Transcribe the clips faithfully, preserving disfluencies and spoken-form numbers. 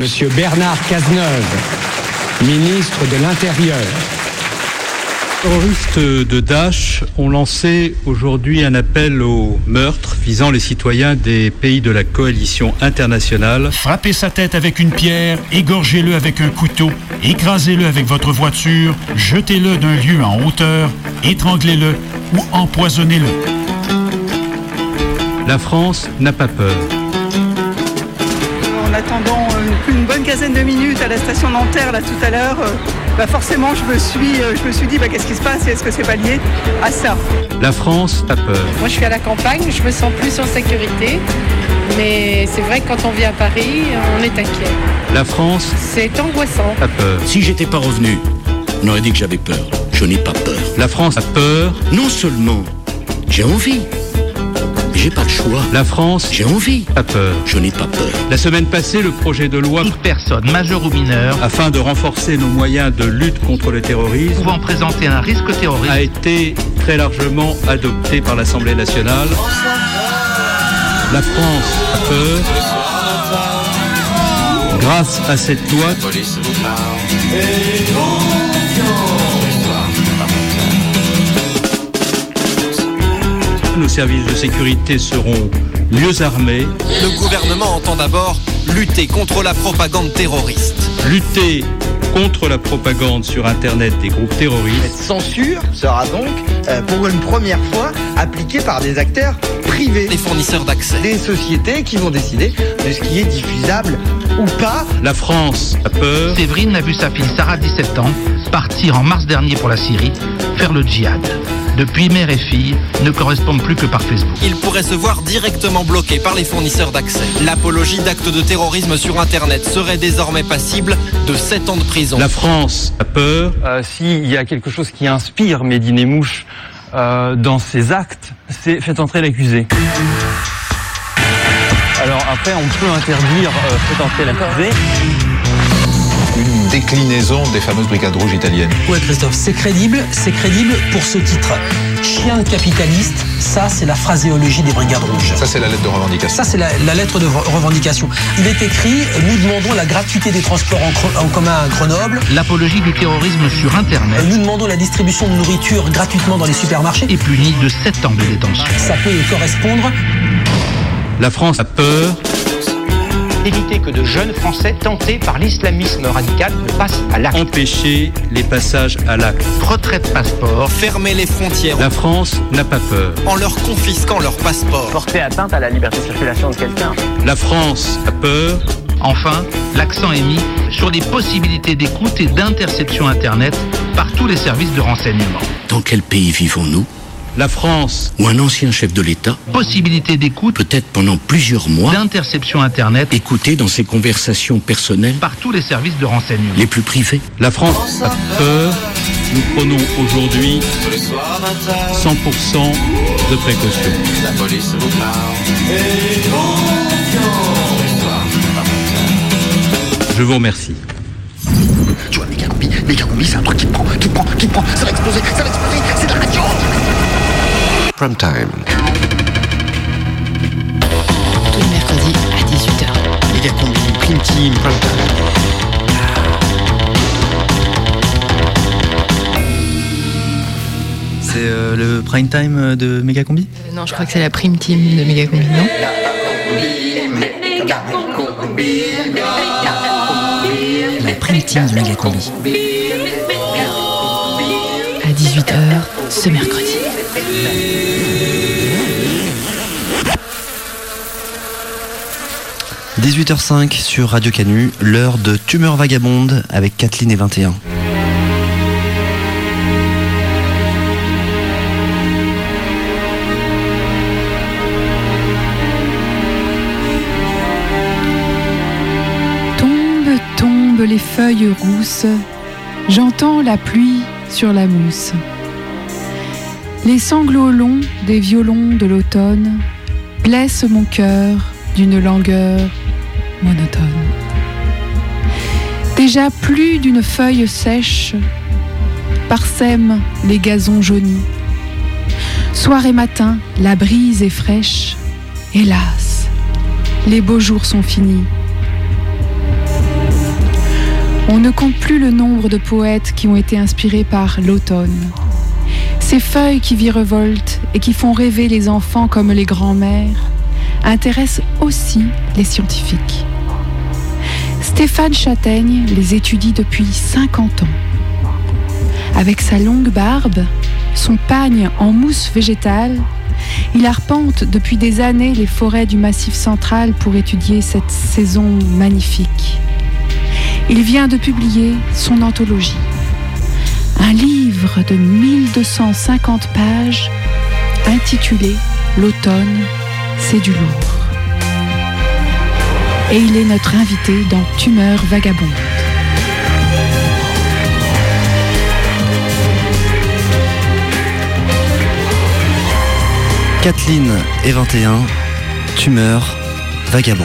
Monsieur Bernard Cazeneuve, ministre de l'Intérieur. Les terroristes de Daesh ont lancé aujourd'hui un appel au meurtre visant les citoyens des pays de la coalition internationale. Frappez sa tête avec une pierre, égorgez-le avec un couteau, écrasez-le avec votre voiture, jetez-le d'un lieu en hauteur, étranglez-le ou empoisonnez-le. La France n'a pas peur. En attendant une, une bonne quinzaine de minutes à la station Nanterre, là, tout à l'heure, euh, bah forcément, je me suis, euh, je me suis dit, bah, qu'est-ce qui se passe et est-ce que c'est pas lié à ça? La France a peur. Moi, je suis à la campagne, je me sens plus en sécurité. Mais c'est vrai que quand on vit à Paris, on est inquiet. La France C'est angoissant. a peur. Si j'étais pas revenu, on aurait dit que j'avais peur. Je n'ai pas peur. La France a peur. Non seulement j'ai envie, mais j'ai pas le choix. La France J'ai envie, a peur. je n'ai pas peur. La semaine passée, le projet de loi Toute personne, majeure ou mineure, afin de renforcer nos moyens de lutte contre le terrorisme pouvant présenter un risque terroriste, a été très largement adopté par l'Assemblée nationale. La France a peur. Grâce à cette loi, nos services de sécurité seront mieux armés. Le gouvernement entend d'abord lutter contre la propagande terroriste. Lutter contre la propagande sur Internet des groupes terroristes. Cette censure sera donc, euh, pour une première fois, appliquée par des acteurs privés. Les fournisseurs d'accès. Des sociétés qui vont décider de ce qui est diffusable ou pas. La France a peur. Séverine a vu sa fille Sarah, dix-sept ans, partir en mars dernier pour la Syrie, faire le djihad. Depuis, mère et fille ne correspondent plus que par Facebook. Ils pourraient se voir directement bloqués par les fournisseurs d'accès. L'apologie d'actes de terrorisme sur Internet serait désormais passible de sept ans de prison. La France a peur. Euh, S'il y a quelque chose qui inspire Mehdi Nemmouche euh, dans ses actes, c'est faites entrer l'accusé. Alors après, on peut interdire euh, faites entrer l'accusé. Une déclinaison des fameuses brigades rouges italiennes. Ouais, Christophe, c'est crédible, c'est crédible pour ce titre. Chien de capitaliste, ça c'est la phraséologie des brigades rouges. Ça c'est la lettre de revendication. Ça c'est la, la lettre de revendication. Il est écrit, nous demandons la gratuité des transports en, en commun à Grenoble. L'apologie du terrorisme sur Internet. Nous demandons la distribution de nourriture gratuitement dans les supermarchés. Et puni de sept ans de détention. Ça peut correspondre. La France a peur. Éviter que de jeunes Français tentés par l'islamisme radical ne passent à l'acte. Empêcher les passages à l'acte. Retrait de passeport. Fermer les frontières. La France n'a pas peur. En leur confisquant leur passeport. Porter atteinte à la liberté de circulation de quelqu'un. La France a peur. Enfin, l'accent est mis sur les possibilités d'écoute et d'interception Internet par tous les services de renseignement. Dans quel pays vivons-nous? La France. Ou un ancien chef de l'État, Possibilité d'écoute, peut-être pendant plusieurs mois, d'interception Internet, écouté dans ses conversations personnelles, par tous les services de renseignement. les plus privés. La France a peur. Nous prenons aujourd'hui cent pour cent de précautions. La police vous parle. Je vous remercie. Tu vois, méga combi, méga combi, c'est un truc qui prend, qui prend, qui prend, ça va exploser, ça va exploser, c'est de la radio. Prime Time. Tous les mercredis à dix-huit heures. Méga combi, Prime Team, Prime Time. C'est euh, le prime time de Megacombi euh, Non, je crois que c'est la prime team de Megacombi, non? La prime team de Megacombi. À dix-huit heures ce mercredi. dix-huit heures cinq sur Radio Canu, l'heure de Tumeur Vagabonde avec Kathleen et vingt et un. Tombent, tombent les feuilles rousses, j'entends la pluie sur la mousse. Les sanglots longs des violons de l'automne blessent mon cœur d'une langueur monotone. Déjà plus d'une feuille sèche parsème les gazons jaunis. Soir et matin, la brise est fraîche. Hélas, les beaux jours sont finis. On ne compte plus le nombre de poètes qui ont été inspirés par l'automne. Ces feuilles qui virevoltent et qui font rêver les enfants comme les grands-mères intéressent aussi les scientifiques. Stéphane Châtaigne les étudie depuis cinquante ans. Avec sa longue barbe, son pagne en mousse végétale, il arpente depuis des années les forêts du Massif central pour étudier cette saison magnifique. Il vient de publier son anthologie. Un livre de mille deux cent cinquante pages intitulé « L'automne, c'est du lourd ». Et il est notre invité dans Tumeur vagabonde. Kathleen et vingt et un, Tumeur vagabonde.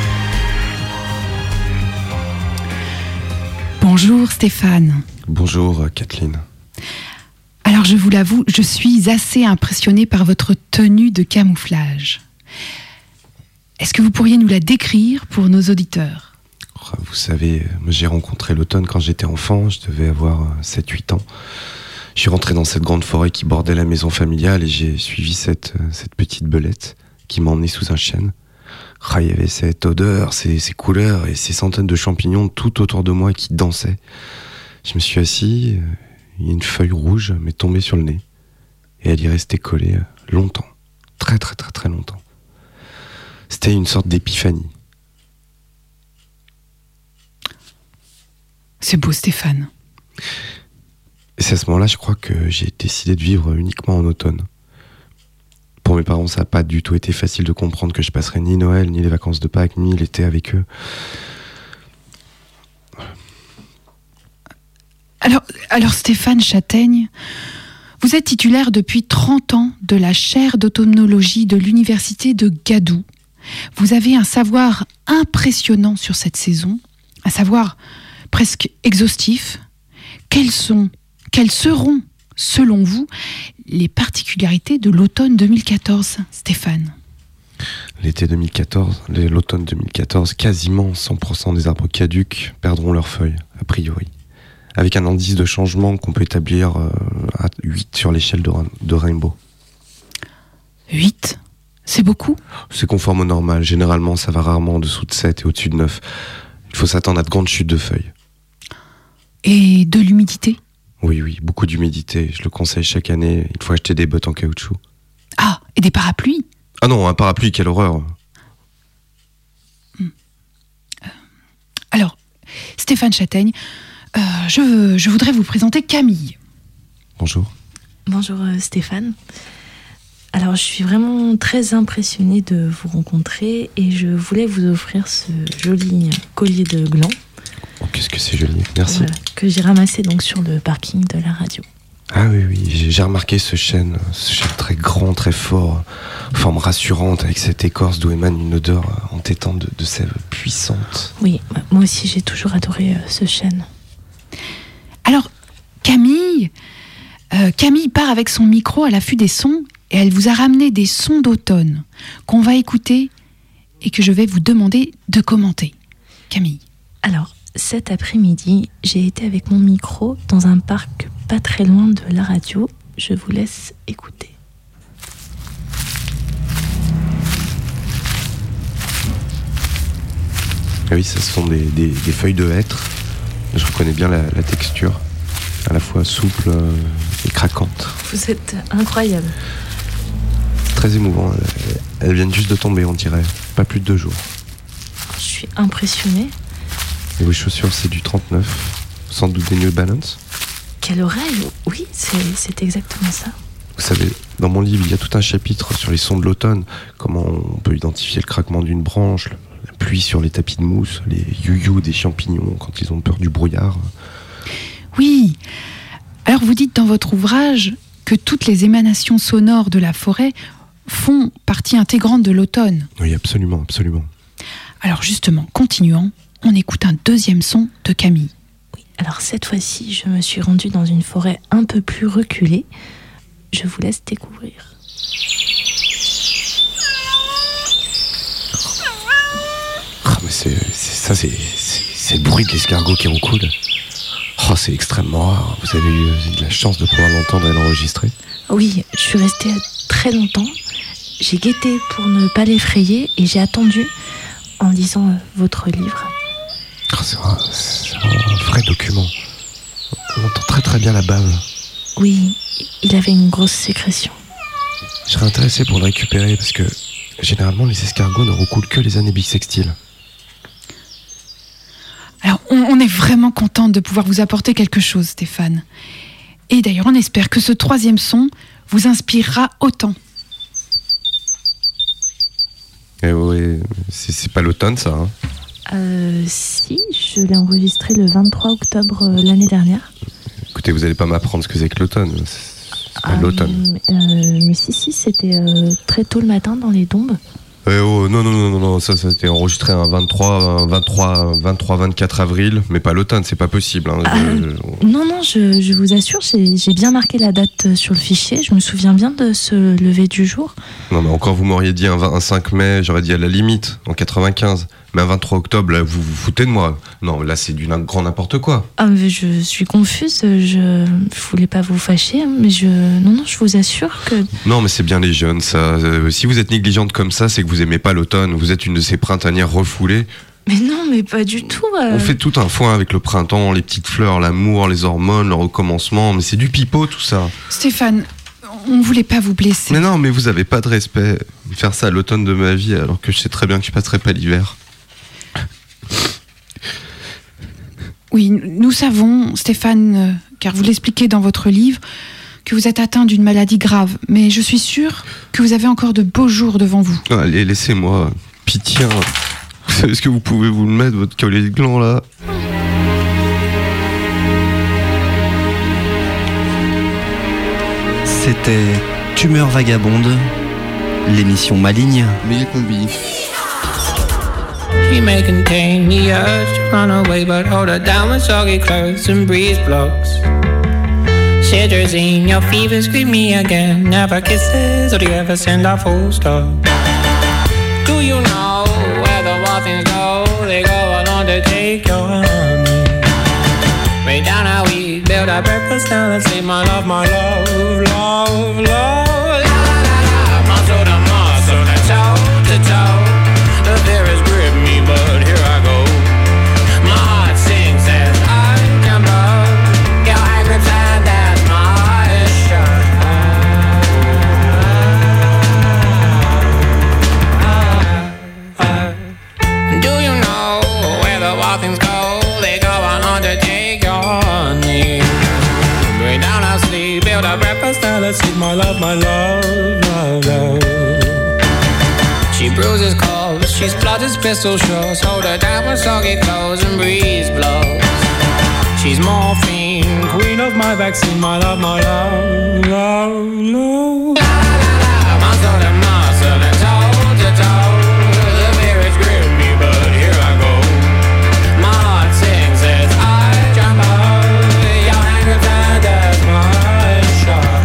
Bonjour Stéphane. Bonjour Kathleen. Alors je vous l'avoue, je suis assez impressionnée par votre tenue de camouflage. Est-ce que vous pourriez nous la décrire pour nos auditeurs ? Vous savez, j'ai rencontré l'automne quand j'étais enfant, je devais avoir sept huit ans. Je suis rentré dans cette grande forêt qui bordait la maison familiale et j'ai suivi cette, cette petite belette qui m'a emmené sous un chêne. Ah, il y avait cette odeur, ces, ces couleurs et ces centaines de champignons tout autour de moi qui dansaient. Je me suis assis, il y a une feuille rouge m'est tombée sur le nez et elle y restait collée longtemps, très très très très longtemps. C'était une sorte d'épiphanie. C'est beau Stéphane. Et c'est à ce moment-là, je crois que j'ai décidé de vivre uniquement en automne. Pour mes parents, ça n'a pas du tout été facile de comprendre que je passerais ni Noël, ni les vacances de Pâques, ni l'été avec eux. Alors, alors Stéphane Châtaigne, vous êtes titulaire depuis trente ans de la chaire d'automnologie de l'université de Gadoue. Vous avez un savoir impressionnant sur cette saison, un savoir presque exhaustif. Quelles sont, quelles seront, selon vous, les particularités de l'automne deux mille quatorze, Stéphane ? L'été deux mille quatorze, l'automne deux mille quatorze, quasiment cent pour cent des arbres caducs perdront leurs feuilles, a priori. Avec un indice de changement qu'on peut établir euh, à huit sur l'échelle de, de Rainbow. huit ? C'est beaucoup ? C'est conforme au normal. Généralement, ça va rarement en dessous de sept et au-dessus de neuf. Il faut s'attendre à de grandes chutes de feuilles. Et de l'humidité ? Oui, oui, beaucoup d'humidité. Je le conseille chaque année. Il faut acheter des bottes en caoutchouc. Ah, et des parapluies ? Ah non, un parapluie, quelle horreur. Hum. Euh, alors, Stéphane Châtaigne, euh, je, je voudrais vous présenter Camille. Bonjour. Bonjour euh, Stéphane. Alors, je suis vraiment très impressionnée de vous rencontrer et je voulais vous offrir ce joli collier de gland. Oh, qu'est-ce que c'est joli, merci. Voilà, que j'ai ramassé donc sur le parking de la radio. Ah oui, oui, j'ai, j'ai remarqué ce chêne, ce chêne très grand, très fort, forme rassurante, avec cette écorce d'où émane une odeur entêtante de, de sève puissante. Oui, moi aussi j'ai toujours adoré euh, ce chêne. Alors, Camille, euh, Camille part avec son micro à l'affût des sons et elle vous a ramené des sons d'automne qu'on va écouter et que je vais vous demander de commenter. Camille. Alors, cet après-midi, j'ai été avec mon micro dans un parc pas très loin de la radio. Je vous laisse écouter. Ah oui, ce sont des, des, des feuilles de hêtre. Je reconnais bien la, la texture, à la fois souple euh, et craquante. Vous êtes incroyable. C'est très émouvant. Elles, elles viennent juste de tomber, on dirait. Pas plus de deux jours. Je suis impressionnée. Et vos chaussures, c'est du trente-neuf. Sans doute des New Balance. Quelle oreille. Oui, c'est, c'est exactement ça. Vous savez, dans mon livre, il y a tout un chapitre sur les sons de l'automne. Comment on peut identifier le craquement d'une branche, la pluie sur les tapis de mousse, les you-you des champignons quand ils ont peur du brouillard. Oui. Alors vous dites dans votre ouvrage que toutes les émanations sonores de la forêt font partie intégrante de l'automne. Oui, absolument, absolument. Alors justement, continuons, on écoute un deuxième son de Camille. Oui, alors cette fois-ci, je me suis rendue dans une forêt un peu plus reculée. Je vous laisse découvrir. Oh, mais c'est, c'est, ça, c'est, c'est, c'est le bruit de l'escargot qui roucoule. Oh, c'est extrêmement rare. Vous avez eu de la chance de pouvoir l'entendre et l'enregistrer. Oui, je suis restée très longtemps. J'ai guetté pour ne pas l'effrayer et j'ai attendu en lisant votre livre. Oh, c'est, un, c'est un vrai document. On entend très très bien la bave. Oui, il avait une grosse sécrétion. Je serais intéressé pour le récupérer parce que généralement les escargots ne roucoulent que les années bissextiles. Alors, on, on est vraiment contente de pouvoir vous apporter quelque chose, Stéphane. Et d'ailleurs, on espère que ce troisième son vous inspirera autant. Eh oui, c'est, c'est pas l'automne, ça, hein? Euh, si, je l'ai enregistré le vingt-trois octobre euh, l'année dernière. Écoutez, vous allez pas m'apprendre ce que c'est que l'automne. C'est pas euh, l'automne. Euh, mais si, si, c'était euh, très tôt le matin dans les Dombes. Eh oh, non, non, non, non, non, ça, ça a été enregistré un vingt-trois, vingt-quatre avril, mais pas l'automne, c'est pas possible. Hein. Ah, je... Non, non, je, je vous assure, j'ai, j'ai bien marqué la date sur le fichier, je me souviens bien de ce lever du jour. Non, mais encore vous m'auriez dit un, un cinq mai, j'aurais dit à la limite, en quatre-vingt-quinze. Mais un vingt-trois octobre, là, vous vous foutez de moi. Non, là, c'est du grand n'importe quoi. Ah, mais je suis confuse, je, je voulais pas vous fâcher, mais je... Non, non, je vous assure que... Non, mais c'est bien les jeunes, ça. Euh, si vous êtes négligente comme ça, c'est que vous aimez pas l'automne. Vous êtes une de ces printanières refoulées. Mais non, mais pas du tout. Euh... On fait tout un foin avec le printemps, les petites fleurs, l'amour, les hormones, le recommencement. Mais c'est du pipeau, tout ça. Stéphane, on voulait pas vous blesser. Mais non, mais vous avez pas de respect. Faire ça à l'automne de ma vie, alors que je sais très bien que je passerai pas l'hiver. Oui, nous savons, Stéphane, euh, car vous l'expliquez dans votre livre, que vous êtes atteint d'une maladie grave. Mais je suis sûre que vous avez encore de beaux jours devant vous. Allez, laissez-moi. Pitié. Vous savez ce que vous pouvez vous le mettre, votre collier de gland, là? C'était Tumeur Vagabonde, l'émission maligne. Méga-combi. She may contain the urge to run away, but hold her down with soggy clothes and breeze blocks. Cetirizine, your fevers greet me again. Never kisses, or do you ever send a full stop? Do you know where the wild things go? They go along to take your honey. Way down how we build our breakfast, now let's say my love, my love, love, love. La la la la, muscle to muscle, to toe to toe. The fear is grip me, but here I go. My heart sings as I jump up. Your hand grips and that's my eyes shut. Do you know where the wild things go? They go on on to take your knee. Bring down our sleep, build a breakfast, now let's eat my love, my love, love, love. She bruises calls, she splutters pistol shots. Hold her down with soggy clothes and breeze blows. She's morphine, queen of my vaccine. My love, my love, love, love. La la la, muscle to muscle and toe to toe. The fear is grip me, but here I go. My heart sings as I jump up. Your hand grips and as my shot.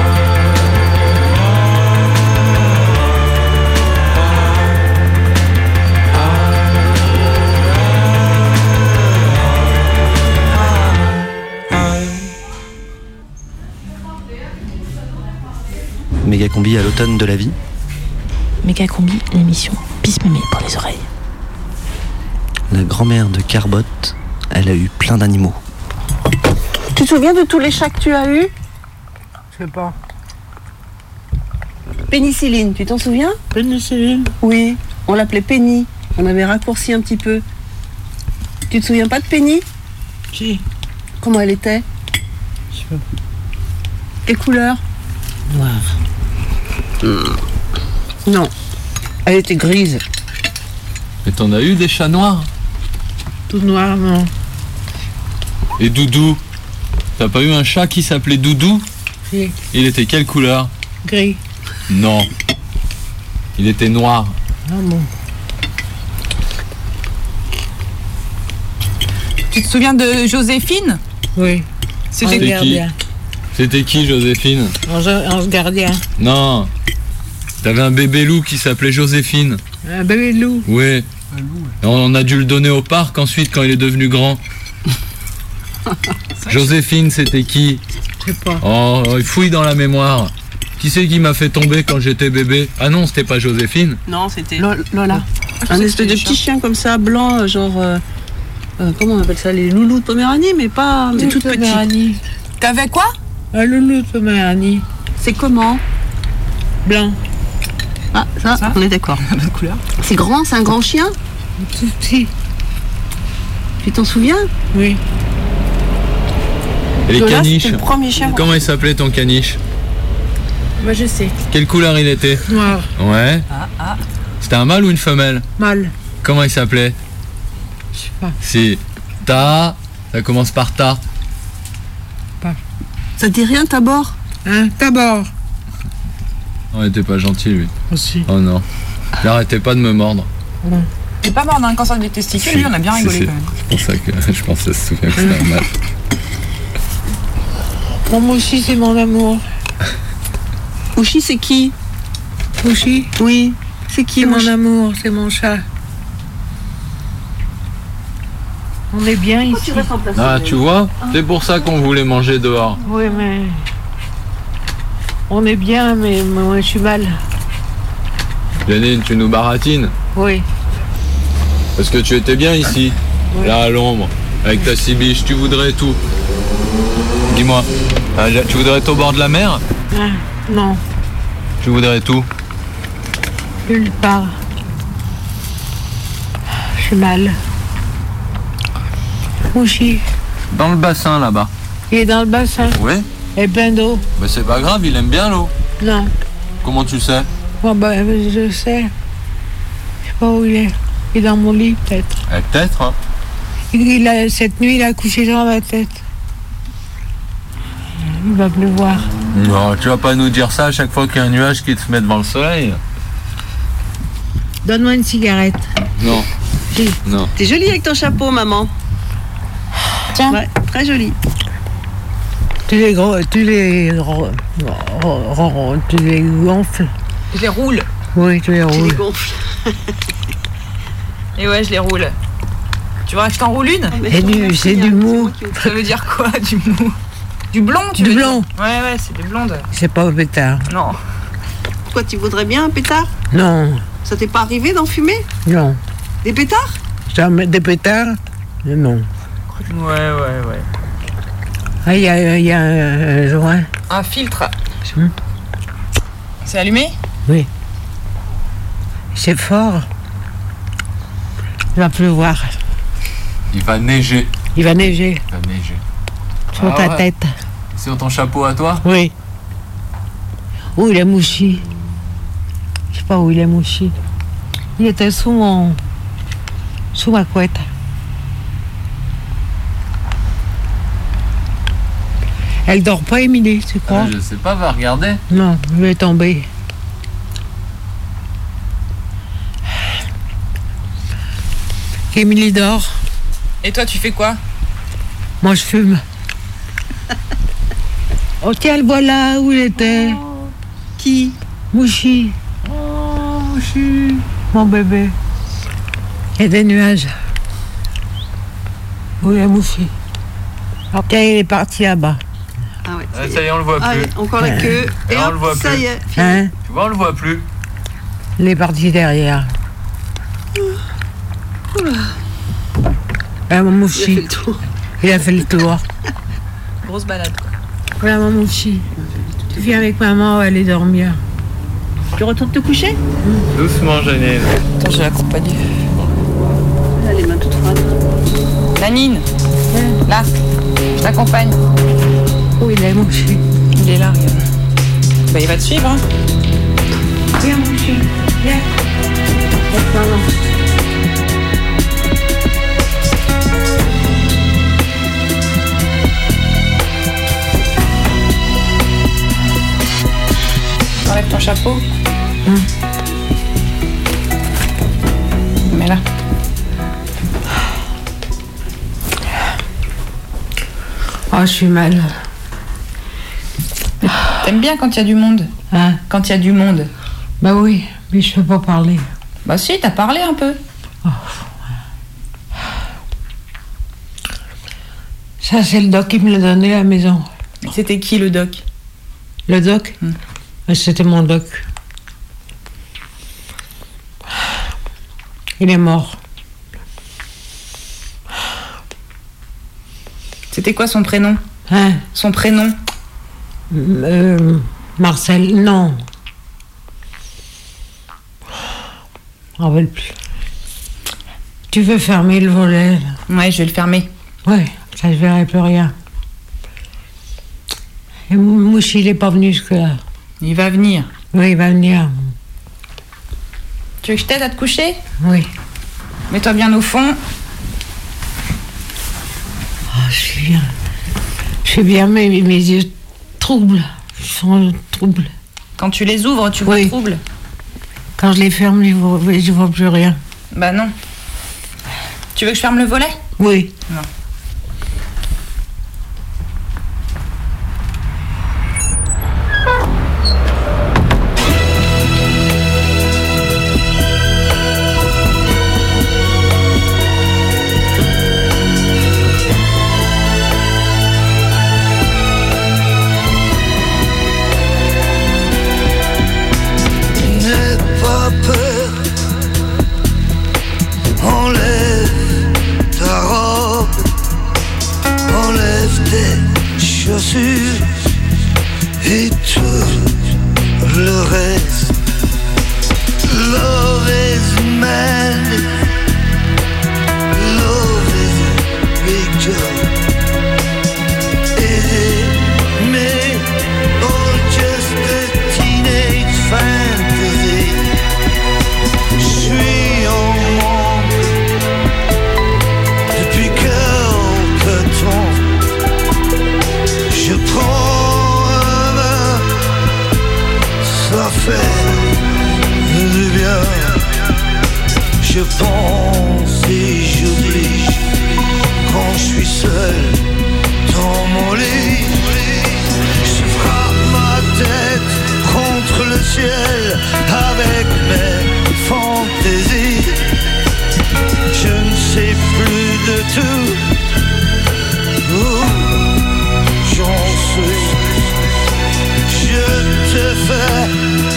Méga-combi à l'automne de la vie. Méga-combi, l'émission Pisse-mémé pour les oreilles. La grand-mère de Carbotte, elle a eu plein d'animaux. Tu te souviens de tous les chats que tu as eus? Je sais pas. Pénicilline, tu t'en souviens? Pénicilline? Oui, on l'appelait Penny. On avait raccourci un petit peu. Tu te souviens pas de Penny? Si. Comment elle était? Je sais pas. Quelle couleur? Noire. Non, elle était grise. Mais t'en as eu des chats noirs? Tout noir, non. Et Doudou? T'as pas eu un chat qui s'appelait Doudou? Si. Il était quelle couleur? Gris. Non. Il était noir. Ah bon. Tu te souviens de Joséphine? Oui. C'était qui? C'était qui, Joséphine? Ange, ange gardien. Non. T'avais un bébé loup qui s'appelait Joséphine. Un bébé loup? Oui. On a dû le donner au parc ensuite quand il est devenu grand. Joséphine, c'était qui? Je sais pas. Oh, il fouille dans la mémoire. Qui c'est qui m'a fait tomber quand j'étais bébé? Ah non, c'était pas Joséphine. Non, c'était Lola. un espèce de petit chien comme ça, blanc, genre. euh, euh, comment on appelle ça? Les loulous de Poméranie, mais pas. Mais tout petit. T'avais quoi? Un loulou de Poméranie. C'est comment? Blanc. Ah, ça, Ça on est d'accord. La couleur. C'est grand, c'est un grand chien? Tout petit. Tu t'en souviens? Oui. Et les Lola, caniches. c'était le premier chien. Comment il s'appelait ton caniche? Moi je sais. Quelle couleur il était? Noir. Ouais. Ah, ah. C'était un mâle ou une femelle? Mâle. Comment il s'appelait? Je sais pas. Si. Ta. Ça commence par ta. Ça te dit rien, Tabor? Hein? D'abord. Oh, il était pas gentil lui. Aussi. Oh non. Il arrêtait pas de me mordre. Non. T'es pas mort d'un cancer des testicules, lui, on a bien Si, rigolé si. quand même. C'est pour ça que je pense que ça se souvient que c'était un mâle. Bon, moi aussi c'est mon amour. Ouchi, c'est qui? Ouchi? Oui. C'est qui, C'est mon mon chat? amour, c'est mon chat. On est bien Pourquoi ici. tu restes en place? Ah, tu vois? C'est pour ça qu'on voulait manger dehors. Oui, mais. On est bien, mais moi je suis mal. Janine, tu nous baratines? Oui. Parce que tu étais bien ici, Oui. là à l'ombre, avec ta cibiche, tu voudrais tout. Dis-moi, ah, tu voudrais être au bord de la mer? Ah, non, Tu voudrais tout? nulle part. Je suis mal. Ouchi, Dans le bassin là-bas. il est dans le bassin. Oui? Et plein d'eau. Mais c'est pas grave, il aime bien l'eau. Non. Comment tu sais? Bon, ben, je sais. Je sais pas où il est. Il est dans mon lit, peut-être. Eh, peut-être, hein. Il, il a, cette nuit, il a couché sur ma tête. Il va pleuvoir. Non, tu vas pas nous dire ça à chaque fois qu'il y a un nuage qui te met devant le soleil. Donne-moi une cigarette. Non. Si. Non. T'es jolie avec ton chapeau, maman. Tiens. Ouais, très jolie. Tu les gros, tu les, ro- ro- ro- tu les gonfles. Je les roule. Oui, tu les Tu les roules. gonfles. Et ouais, je les roule. Tu vois, je t'en roule une? C'est du, c'est du mou. Ça veut dire quoi, du mou? Du blond, tu Du veux blond. dire? Ouais, ouais, c'est du blonde. C'est pas au pétard. Non. Quoi, tu voudrais bien un pétard? Non, Ça t'est pas arrivé d'en fumer? non. Des pétards? Jamais des pétards? Non. Ouais, ouais, ouais. Ah, il y a, il y a un, un joint. Un filtre. Hum. C'est allumé? Oui. C'est fort. Il va pleuvoir. Il va neiger. Il va neiger Il va neiger. sur Ah ta ouais. tête. Sur ton chapeau à toi? Oui. Où il est mouchi? Je sais pas où il est mouchi. Il était sous mon. sous ma couette. Elle dort pas, Émilie, tu crois? Ah, je sais pas, va regarder. Non, je vais tomber. Émilie dort. Et toi, tu fais quoi? Moi, je fume. Oh, tiens, le voilà où il était. Qui? Mouchi. Oh, Mouchi. Mon bébé. Il y a des nuages. Où est Mouchi? Alors, tiens, il est parti là-bas. Ah ouais. Ah, ça y est, on le voit Ah, plus. ouais, encore la queue. Et Ah, on hop, le voit ça plus. y est, fini. Hein? Tu vois, on le voit plus. Il est parti derrière. Voilà mon Il a Mouchi. fait le tour. Il a fait le tour. Grosse balade, quoi. Voilà mon Mouchi. Tu viens avec maman, on va aller dormir. Tu retournes te coucher? Doucement, Janine. Attends, je vais l'accompagner. Elle a les mains toutes froides. Nanine, là, je t'accompagne. Où il est, Mouchi? Il est là, regarde. Bah, il va te suivre, hein. Viens, Mouchi. Viens. Avec maman. Enlève ton chapeau. Hum. Mets là. Oh, je suis mal. T'aimes bien quand il y a du monde? Hein? Quand il y a du monde? Bah oui, mais je peux pas parler. Bah si, t'as parlé un peu. Ça, c'est le doc qui me l'a donné à la maison. C'était qui le doc? Le doc Hmm. C'était mon doc. Il est mort. C'était quoi son prénom? Hein? Son prénom? Euh, Marcel, non. Je me rappelle plus. Tu veux fermer le volet là? Ouais, je vais le fermer. Ouais, ça je verrai plus rien. Et Mouchi, il est pas venu jusque-là. Il va venir. Oui, il va venir. Tu veux que je t'aide à te coucher? Oui. Mets-toi bien au fond. Oh, je suis bien. Je suis bien, mais mes yeux troublent. Ils sont troubles. Quand tu les ouvres, tu vois Oui. trouble. Quand je les ferme, je vois, je vois plus rien. Bah non. Tu veux que je ferme le volet? Oui. Non. N'aie pas peur, enlève ta robe, enlève tes chaussures et tout le reste. Love is mad, love is a big job. Is it me or just a teenage fantasy? Je suis en manque depuis quelque temps. Je prends un verre, ça fait du bien. Je pense et j'oublie quand je suis seul dans mon lit. Je frappe ma tête contre le ciel avec mes fantaisies. Je ne sais plus de tout où j'en suis. Je te fais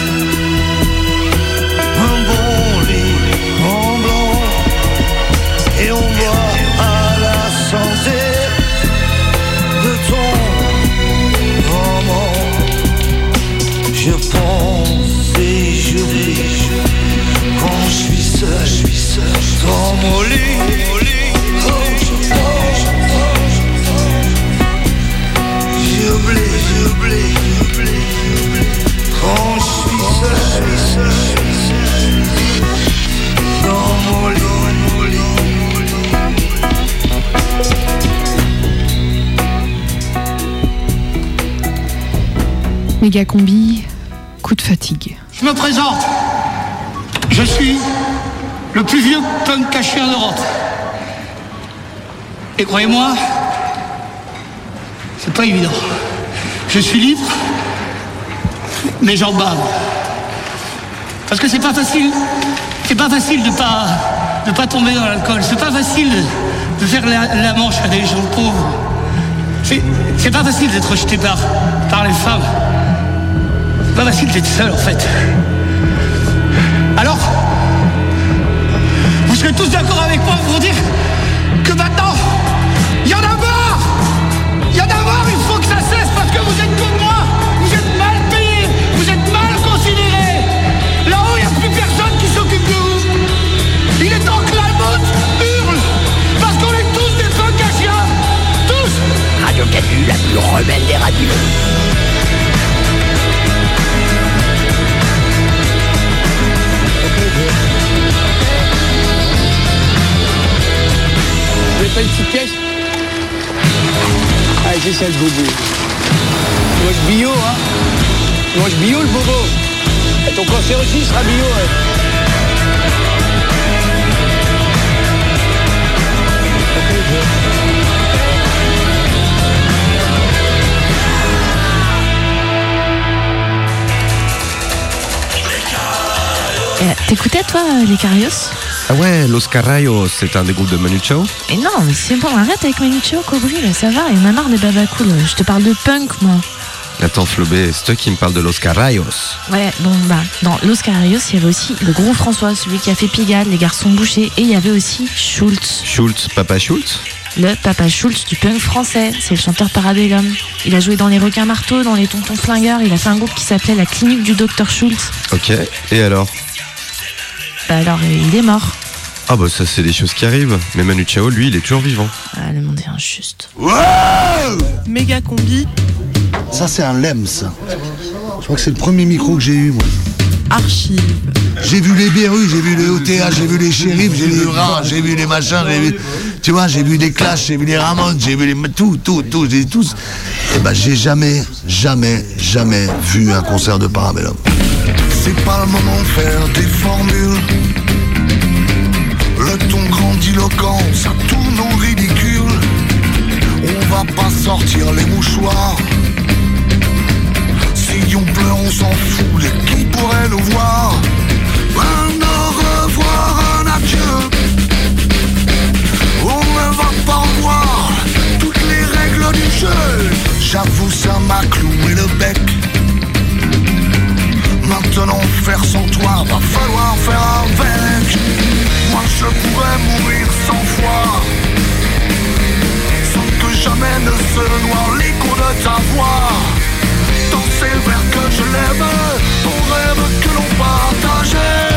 un bon lit en blanc et on boit à la santé de ton roman. Je pense et j'oublie quand je suis seul, je suis seul dans mon lit. Oh, je pense, j'oublie, j'oublie, j'oublie quand je suis seul, je suis seul dans mon lit, mon lit. Méga combi, coup de fatigue. Je me présente. Je suis le plus vieux punk caché en Europe. Et croyez-moi, c'est pas évident. Je suis libre, mais j'en bave. Parce que c'est pas facile. C'est pas facile de pas de pas tomber dans l'alcool. C'est pas facile de, de faire la, la manche à des gens pauvres. C'est c'est pas facile d'être rejeté par par les femmes. C'est pas facile d'être seul en fait. Alors, vous serez tous d'accord avec moi pour dire que maintenant, il y en a marre. Il y en a marre, il faut que ça cesse parce que vous êtes comme moi. Vous êtes mal payés, vous êtes mal considérés. Là-haut, il n'y a plus personne qui s'occupe de vous. Il est temps que la motte hurle parce qu'on est tous des punkachiens. Tous. Radio Canu, la plus rebelle des radios. Vous n'avez pas une petite pièce? Allez, c'est ça le bobo. Tu manges bio, hein? Tu manges bio, le bobo. Et ton cancer aussi sera bio, hein? Euh, T'écoutais toi euh, les Carios? Ah ouais, Los Carrayos, c'est un des groupes de Manu Chao. Et non, mais c'est bon, arrête avec Manu Chao, Cobry, là, ça va, il y en a marre des babacool. Je te parle de punk, moi. Attends, Flobé, c'est toi qui me parles de Los Carrayos. Ouais, bon, bah, dans Los Carrayos, il y avait aussi le gros François, celui qui a fait Pigalle, les garçons bouchés, et il y avait aussi Schultz. Schultz, Papa Schultz? Le Papa Schultz du punk français, c'est le chanteur Parabellum. Il a joué dans les Requins Marteaux, dans les Tontons Flingueurs, il a fait un groupe qui s'appelait La Clinique du Docteur Schultz. Ok, et alors? Bah alors, il est mort. Ah bah ça c'est des choses qui arrivent, mais Manu Chao, lui, il est toujours vivant. Ah, le monde est injuste. Wow Méga combi. Ça c'est un Lems. Je crois que c'est le premier micro que j'ai eu, moi. Archive. J'ai vu les Berus, j'ai vu les O T H, j'ai vu les Shérifs, j'ai vu les Rats, j'ai vu les machins, j'ai vu... Tu vois, j'ai vu les Clash, j'ai vu les Ramones, j'ai vu les... Tout, tout, tout, j'ai tous... Et ben j'ai jamais, jamais, jamais vu un concert de Parabellum. C'est pas le moment de faire des formules. Le ton grandiloquent, ça tourne en ridicule. On va pas sortir les mouchoirs. Si on pleure, on s'en fout, et qui pourrait nous voir? Un au revoir, un adieu. On ne va pas revoir toutes les règles du jeu. J'avoue, ça m'a cloué le bec. Maintenant, faire sans toi, va falloir faire avec. Moi, je pourrais mourir cent fois sans que jamais ne se noie l'écho de ta voix. Danser le verre que je lève, ton rêve que l'on partageait.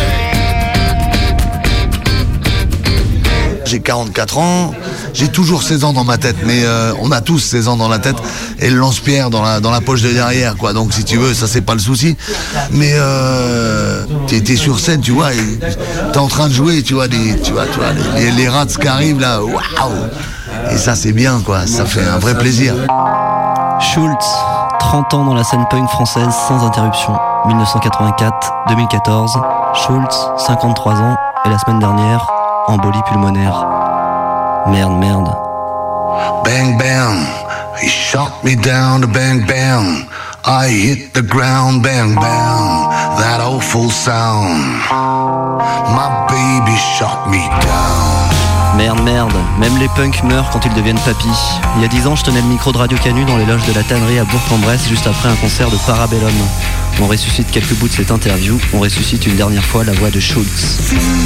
J'ai quarante-quatre ans, j'ai toujours seize ans dans ma tête, mais euh, on a tous seize ans dans la tête et le lance-pierre dans la, dans la poche de derrière, quoi. Donc si tu veux, ça c'est pas le souci. Mais euh, t'es, t'es sur scène, tu vois, et t'es en train de jouer, tu vois, des, tu vois, tu vois les, les, les rats qui arrivent là, waouh. Et ça c'est bien, quoi, ça fait un vrai plaisir. Schultz, trente ans dans la scène punk française sans interruption, dix-neuf cent quatre-vingt-quatre à deux mille quatorze. Schultz, cinquante-trois ans, et la semaine dernière, embolie pulmonaire. Merde, merde. Bang bang, he shot me down to bang bang. I hit the ground, bang bang, that awful sound. My baby shot me down. Merde, merde, même les punks meurent quand ils deviennent papis. Il y a dix ans, je tenais le micro de Radio Canu dans les loges de la Tannerie à Bourg-en-Bresse, juste après un concert de Parabellum. On ressuscite quelques bouts de cette interview, on ressuscite une dernière fois la voix de Schultz.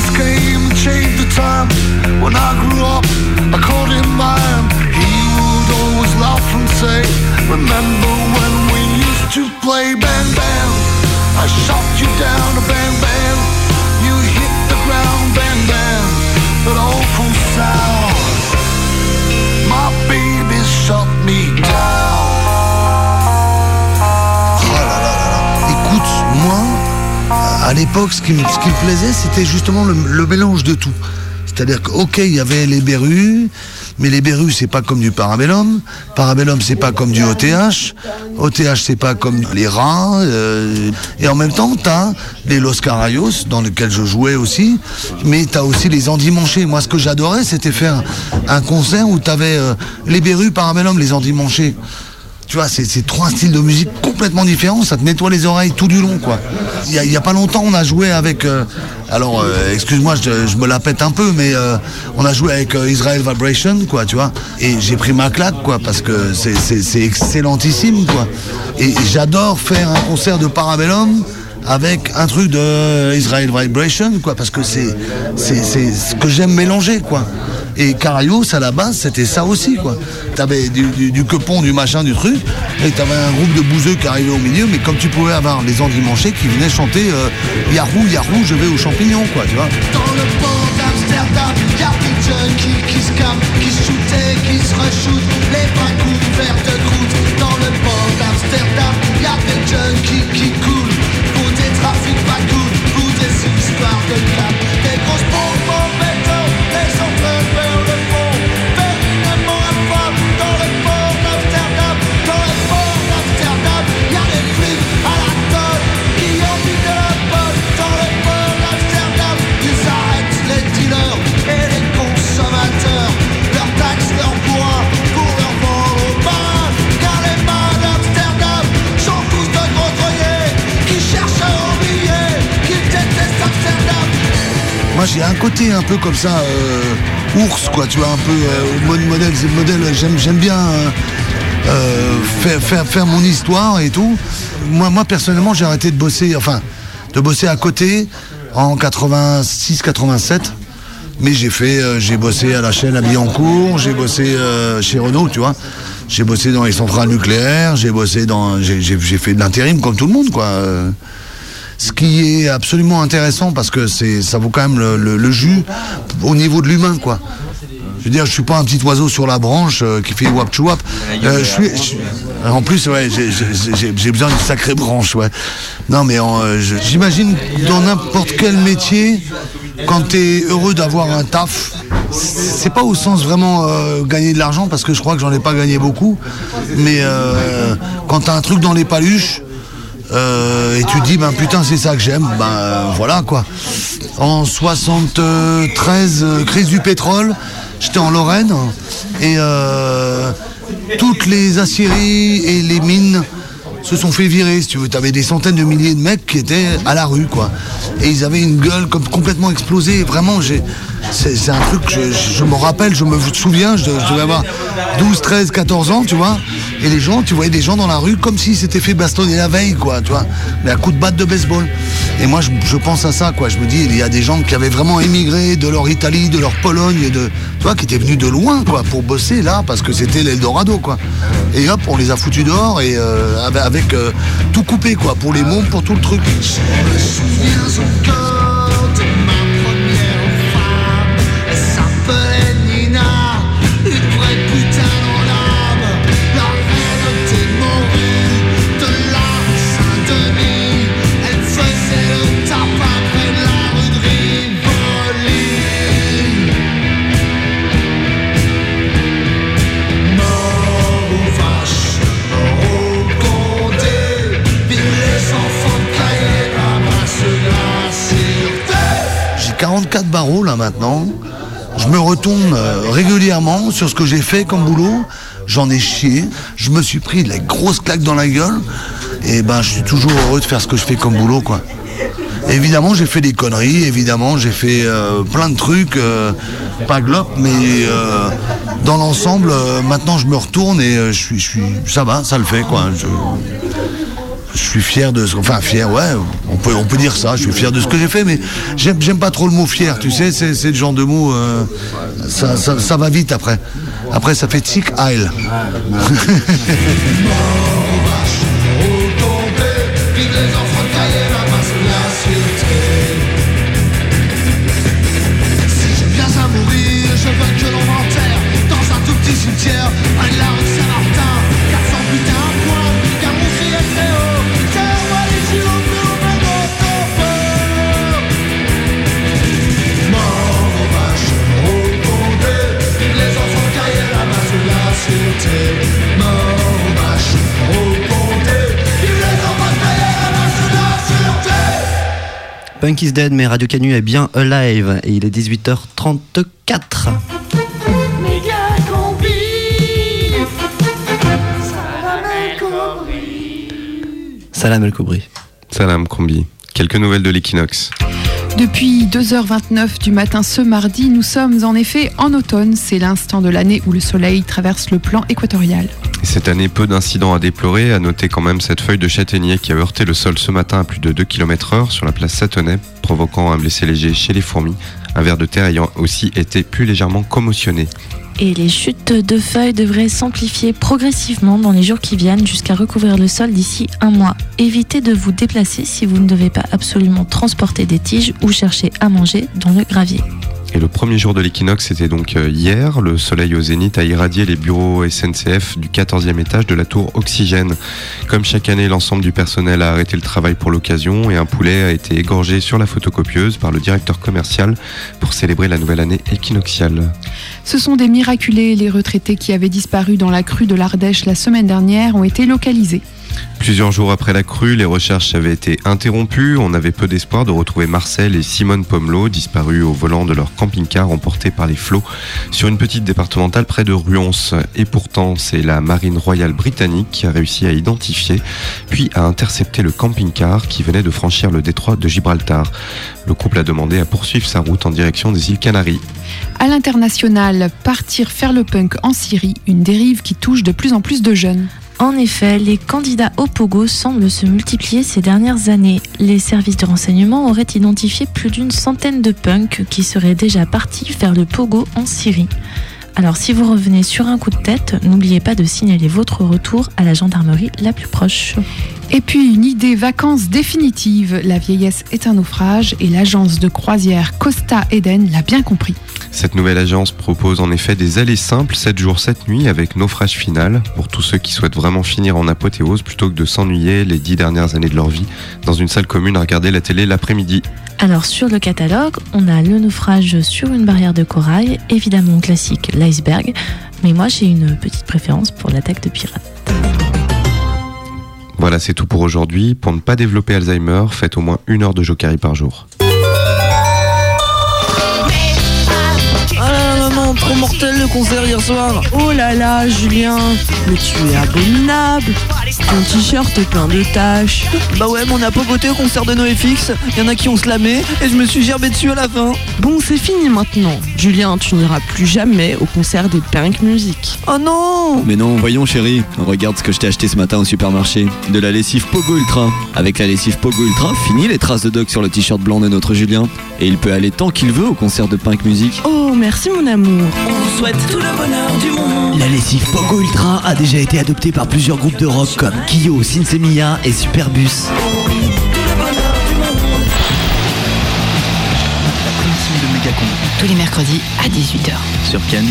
But awful sound, my baby shut me down. Oh là là là là. Écoute, moi, à l'époque, ce qui me, ce qui me plaisait, c'était justement le, le mélange de tout. C'est-à-dire que, ok, il y avait les Berus, mais les Berus, c'est pas comme du Parabellum. Parabellum, c'est pas comme du O T H. O T H, c'est pas comme les Rats. Euh, et en même temps, t'as les Los Carrayos, dans lesquels je jouais aussi. Mais t'as aussi les Endimanchés. Moi, ce que j'adorais, c'était faire un concert où t'avais euh, les Berus, Parabellum, les Endimanchés. Tu vois, c'est, c'est trois styles de musique complètement différents, ça te nettoie les oreilles tout du long, quoi. Il y a, il y a pas longtemps, on a joué avec... Euh, alors, euh, excuse-moi, je, je me la pète un peu, mais euh, on a joué avec euh, Israel Vibration, quoi, tu vois. Et j'ai pris ma claque, quoi, parce que c'est, c'est, c'est excellentissime, quoi. Et j'adore faire un concert de Parabellum avec un truc de Israel Vibration, quoi, parce que c'est, c'est, c'est ce que j'aime mélanger, quoi. Et Carrayos, à la base, c'était ça aussi, quoi. T'avais du, du, du quepon, du machin, du truc, et t'avais un groupe de bouseux qui arrivait au milieu, mais comme tu pouvais avoir les Endimanchés qui venaient chanter euh, Yahoo, Yahoo, je vais aux champignons, quoi, tu vois. Dans le port d'Amsterdam, y'a des junkies qui se camment, qui se shootaient, qui se re-shootent, les bras couverts de croûte. Dans le port d'Amsterdam, y'a des junkies qui coulent, pour des trafics pas cool, pour des histoires de clap, des grosses bombes en béton, les enfants vers le fond, pertinemment à femme. Dans le port d'Amsterdam, dans le port d'Amsterdam, y'a des flics à la tonne, qui ont mis de la bonne. Dans le port d'Amsterdam, ils arrêtent les dealers et les consommateurs, leurs taxes, leurs bois, pour leur vendre aux marins. j'ai un côté un peu comme ça, euh, ours, quoi, tu vois, un peu euh, mode modèle, modèle, j'aime, j'aime bien euh, euh, faire, faire, faire mon histoire et tout. Moi, moi, personnellement, j'ai arrêté de bosser, enfin, de bosser à côté en quatre-vingt-six quatre-vingt-sept. Mais j'ai fait, euh, j'ai bossé à la chaîne à Billancourt, j'ai bossé euh, chez Renault, tu vois. J'ai bossé dans les centrales nucléaires, j'ai bossé dans, j'ai, j'ai, j'ai fait de l'intérim comme tout le monde, quoi. Euh, ce qui est absolument intéressant parce que c'est, ça vaut quand même le, le, le jus au niveau de l'humain, quoi. Je veux dire, je suis pas un petit oiseau sur la branche euh, qui fait wap chouap. Euh, je suis, je, en plus, ouais, j'ai, j'ai, j'ai besoin d'une sacrée branche, ouais. Non, mais en, euh, je, j'imagine dans n'importe quel métier, quand t'es heureux d'avoir un taf, c'est pas au sens vraiment euh, gagner de l'argent, parce que je crois que j'en ai pas gagné beaucoup, mais euh, quand t'as un truc dans les paluches, euh, et tu te dis, ben putain, c'est ça que j'aime, ben euh, voilà, quoi. En soixante-treize, euh, crise du pétrole, j'étais en Lorraine, et euh, toutes les aciéries et les mines se sont fait virer, si tu veux. T'avais des centaines de milliers de mecs qui étaient à la rue, quoi. Et ils avaient une gueule comme complètement explosée. Vraiment, j'ai, c'est, c'est un truc, je, je me rappelle, je me souviens, je, je devais avoir douze, treize, quatorze ans, tu vois. Et les gens, tu voyais des gens dans la rue comme s'ils s'étaient fait bastonner la veille, quoi, tu vois. Mais à coups de batte de baseball. Et moi, je, je pense à ça, quoi. Je me dis, il y a des gens qui avaient vraiment émigré de leur Italie, de leur Pologne, et de, tu vois, qui étaient venus de loin, quoi, pour bosser là, parce que c'était l'Eldorado, quoi. Et hop, on les a foutus dehors, et euh, avec, avec euh, tout coupé, quoi, pour les mômes, pour tout le truc. Je me souviens encore de ma première femme. Elle s'appelait Nina, une vraie putain dans l'âme. La reine était morue de la rue Saint-Denis. Elle faisait le tapin près de la rue de Rivoli. Mort aux vaches, mort au Condé, vive les enfants de Cayenne, ramasse la sûreté. J'ai quarante-quatre barreaux, là, maintenant. Je me retourne euh, régulièrement sur ce que j'ai fait comme boulot. J'en ai chié. Je me suis pris de la grosse claque dans la gueule. Et ben, je suis toujours heureux de faire ce que je fais comme boulot, quoi. Évidemment, j'ai fait des conneries. Évidemment, j'ai fait euh, plein de trucs. Euh, pas glop, mais euh, dans l'ensemble, euh, maintenant, je me retourne et euh, je suis, je suis, ça va, ça le fait, quoi. Je, je suis fier de ce, enfin fier, ouais, on peut, on peut dire ça. Je suis fier de ce que j'ai fait, mais j'aime, j'aime pas trop le mot fier. Tu sais, c'est, c'est le genre de mot, euh, ça, ça, ça va vite après. Après, ça fait tic ail. Si je viens à mourir, je veux que l'on m'enterre dans un tout petit cimetière près de la rue Saint-Martin. quatre cents putains à point, car mon cri est très haut. C'est moi les jours que l'on me donne. Mort aux vaches, au Condé, vive les enfants de Cayenne, la masse de la sûreté. Mort aux vaches, au Condé, vive les enfants de Cayenne, la masse de la sûreté. Punk is dead, mais Radio Canu est bien alive. Et il est dix-huit heures trente-quatre. Salam El Koubri. Salam Kombi. Quelques nouvelles de l'équinoxe. Depuis deux heures vingt-neuf du matin ce mardi, nous sommes en effet en automne. C'est l'instant de l'année où le soleil traverse le plan équatorial. Et cette année, peu d'incidents à déplorer. À noter quand même cette feuille de châtaignier qui a heurté le sol ce matin à plus de deux kilomètres heure sur la place Satonnet, provoquant un blessé léger chez les fourmis. Un ver de terre ayant aussi été plus légèrement commotionné. Et les chutes de feuilles devraient s'amplifier progressivement dans les jours qui viennent jusqu'à recouvrir le sol d'ici un mois. Évitez de vous déplacer si vous ne devez pas absolument transporter des tiges ou chercher à manger dans le gravier. Et le premier jour de l'équinoxe, c'était donc hier. Le soleil au zénith a irradié les bureaux S N C F du quatorzième étage de la tour Oxygène. Comme chaque année, l'ensemble du personnel a arrêté le travail pour l'occasion et un poulet a été égorgé sur la photocopieuse par le directeur commercial pour célébrer la nouvelle année équinoxiale. Ce sont des miraculés. Les retraités qui avaient disparu dans la crue de l'Ardèche la semaine dernière ont été localisés. Plusieurs jours après la crue, les recherches avaient été interrompues. On avait peu d'espoir de retrouver Marcel et Simone Pomelot, disparus au volant de leur camping-car emportés par les flots sur une petite départementale près de Ruons. Et pourtant, c'est la marine royale britannique qui a réussi à identifier, puis à intercepter le camping-car qui venait de franchir le détroit de Gibraltar. Le couple a demandé à poursuivre sa route en direction des îles Canaries. À l'international, partir faire le punk en Syrie, une dérive qui touche de plus en plus de jeunes. En effet, les candidats au pogo semblent se multiplier ces dernières années. Les services de renseignement auraient identifié plus d'une centaine de punks qui seraient déjà partis faire le pogo en Syrie. Alors si vous revenez sur un coup de tête, n'oubliez pas de signaler votre retour à la gendarmerie la plus proche. Et puis une idée vacances définitive, la vieillesse est un naufrage et l'agence de croisière Costa Eden l'a bien compris. Cette nouvelle agence propose en effet des allées simples, sept jours, sept nuits, avec naufrage final, pour tous ceux qui souhaitent vraiment finir en apothéose plutôt que de s'ennuyer les dix dernières années de leur vie dans une salle commune à regarder la télé l'après-midi. Alors sur le catalogue, on a le naufrage sur une barrière de corail, évidemment classique, l'iceberg, mais moi j'ai une petite préférence pour l'attaque de pirates. Voilà, c'est tout pour aujourd'hui. Pour ne pas développer Alzheimer, faites au moins une heure de Jockey par jour. Trop mortel le concert hier soir. Oh là là, Julien, mais tu es abominable. Ton t-shirt est plein de taches. Bah ouais, mais on n'a pas voté au concert de NoFX. Il y en a qui ont slamé et je me suis gerbé dessus à la fin. Bon, c'est fini maintenant. Julien, tu n'iras plus jamais au concert des Punk Music. Oh non! Mais non, voyons chérie, regarde ce que je t'ai acheté ce matin au supermarché. De la lessive Pogo Ultra. Avec la lessive Pogo Ultra, fini les traces de Doc sur le t-shirt blanc de notre Julien. Et il peut aller tant qu'il veut au concert de Punk Music. Oh, merci mon amour. On vous souhaite tout le bonheur du monde. La lessive Pogo Ultra a déjà été adoptée par plusieurs groupes de rock comme Kyo, Sinsemiya et Superbus. De Megacombi. Tous les mercredis à dix-huit heures. Sur Canu.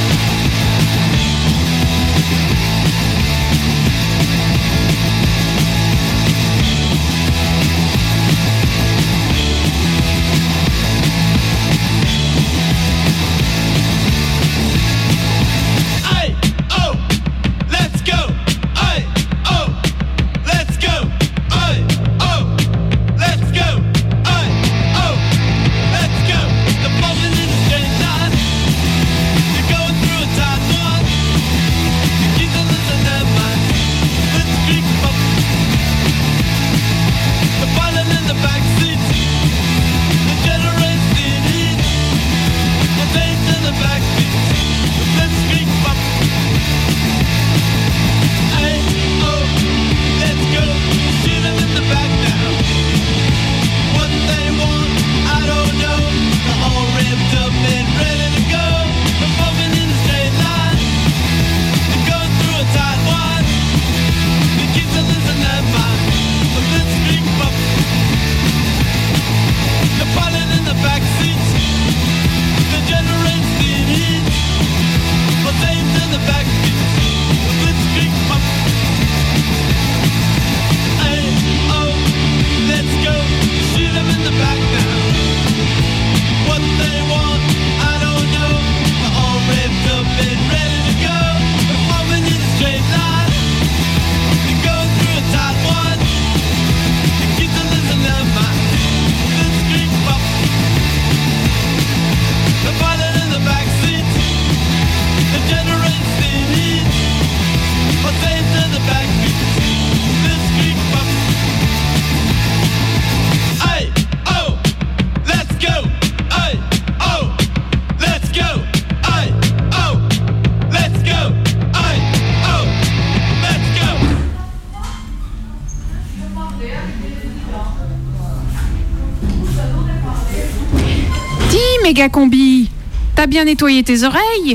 Megacombi, t'as bien nettoyé tes oreilles?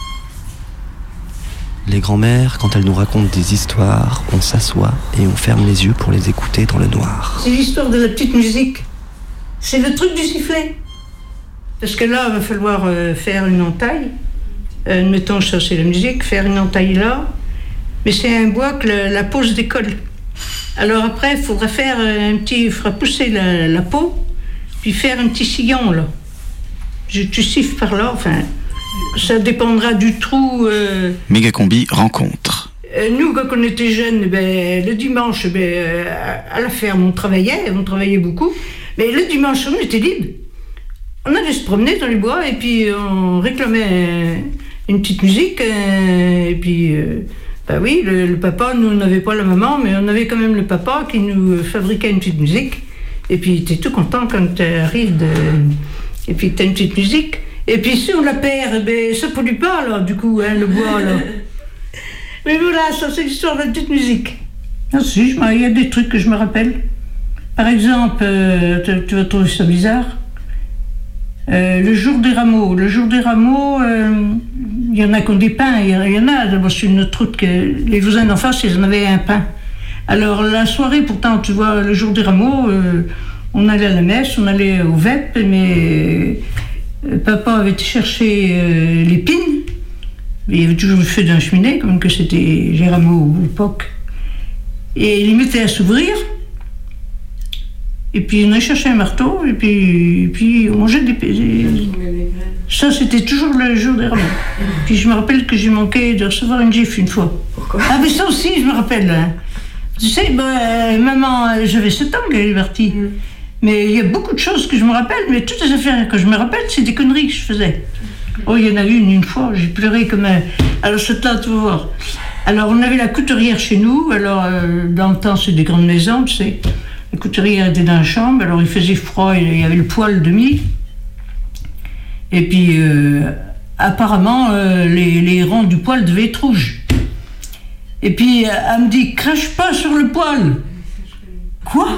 Les grands-mères, quand elles nous racontent des histoires, on s'assoit et on ferme les yeux pour les écouter dans le noir. C'est l'histoire de la petite musique. C'est le truc du sifflet. Parce que là, il va falloir euh, faire une entaille. Euh, mettons, chercher la musique, faire une entaille là. Mais c'est un bois que la, la peau se décolle. Alors après, il faudra faire un petit... Il faudra pousser la, la peau, puis faire un petit sillon là. Je, tu siffles par là, enfin... Ça dépendra du trou... Euh, Megacombi rencontre. euh, nous, quand on était jeunes, ben, le dimanche, ben, euh, à la ferme, on travaillait, on travaillait beaucoup, mais le dimanche, on était libre. On allait se promener dans les bois et puis on réclamait une petite musique. Et puis, euh, bah oui, le, le papa, nous, on n'avait pas la maman, mais on avait quand même le papa qui nous fabriquait une petite musique. Et puis, tu es tout content quand tu arrives de... Et puis, tu as une petite musique. Et puis, si on la perd, ben, ça ne pollue pas, là, du coup, hein, le bois, là. Mais voilà, ça, c'est l'histoire de la petite musique. Ah si, il y a des trucs que je me rappelle. Par exemple, euh, tu, tu vas trouver ça bizarre. Euh, le jour des rameaux. Le jour des rameaux, il euh, y en a qui ont des pains, il y, y en a. D'abord, c'est une autre route que les voisins d'en face, ils en avaient un pain. Alors, la soirée, pourtant, tu vois, le jour des rameaux, euh, on allait à la messe, on allait au V E P, mais euh, papa avait été chercher euh, les pines. Il y avait toujours le feu d'un cheminée, comme que c'était les rameaux à l'époque. Et il les mettait à s'ouvrir. Et puis on a cherché un marteau, et puis, et puis on mangeait des... des... Ça, c'était toujours le jour des rameaux. Puis je me rappelle que j'ai manqué de recevoir une gifle une fois. Pourquoi? Ah mais ça aussi, je me rappelle. Hein. Tu sais, ben, maman, j'avais sept ans qu'elle est partie. Mm. Mais il y a beaucoup de choses que je me rappelle, mais toutes les affaires que je me rappelle, c'est des conneries que je faisais. Oh, il y en a eu une, une fois, j'ai pleuré comme un... Alors cette là, tu vas voir. Alors on avait la couturière chez nous, alors euh, dans le temps, c'est des grandes maisons, tu sais. La couturière était dans la chambre, alors il faisait froid, il y avait le poêle de mie. Et puis, euh, apparemment, euh, les, les rangs du poêle devaient être rouges. Et puis, elle me dit, crache pas sur le poêle. Quoi?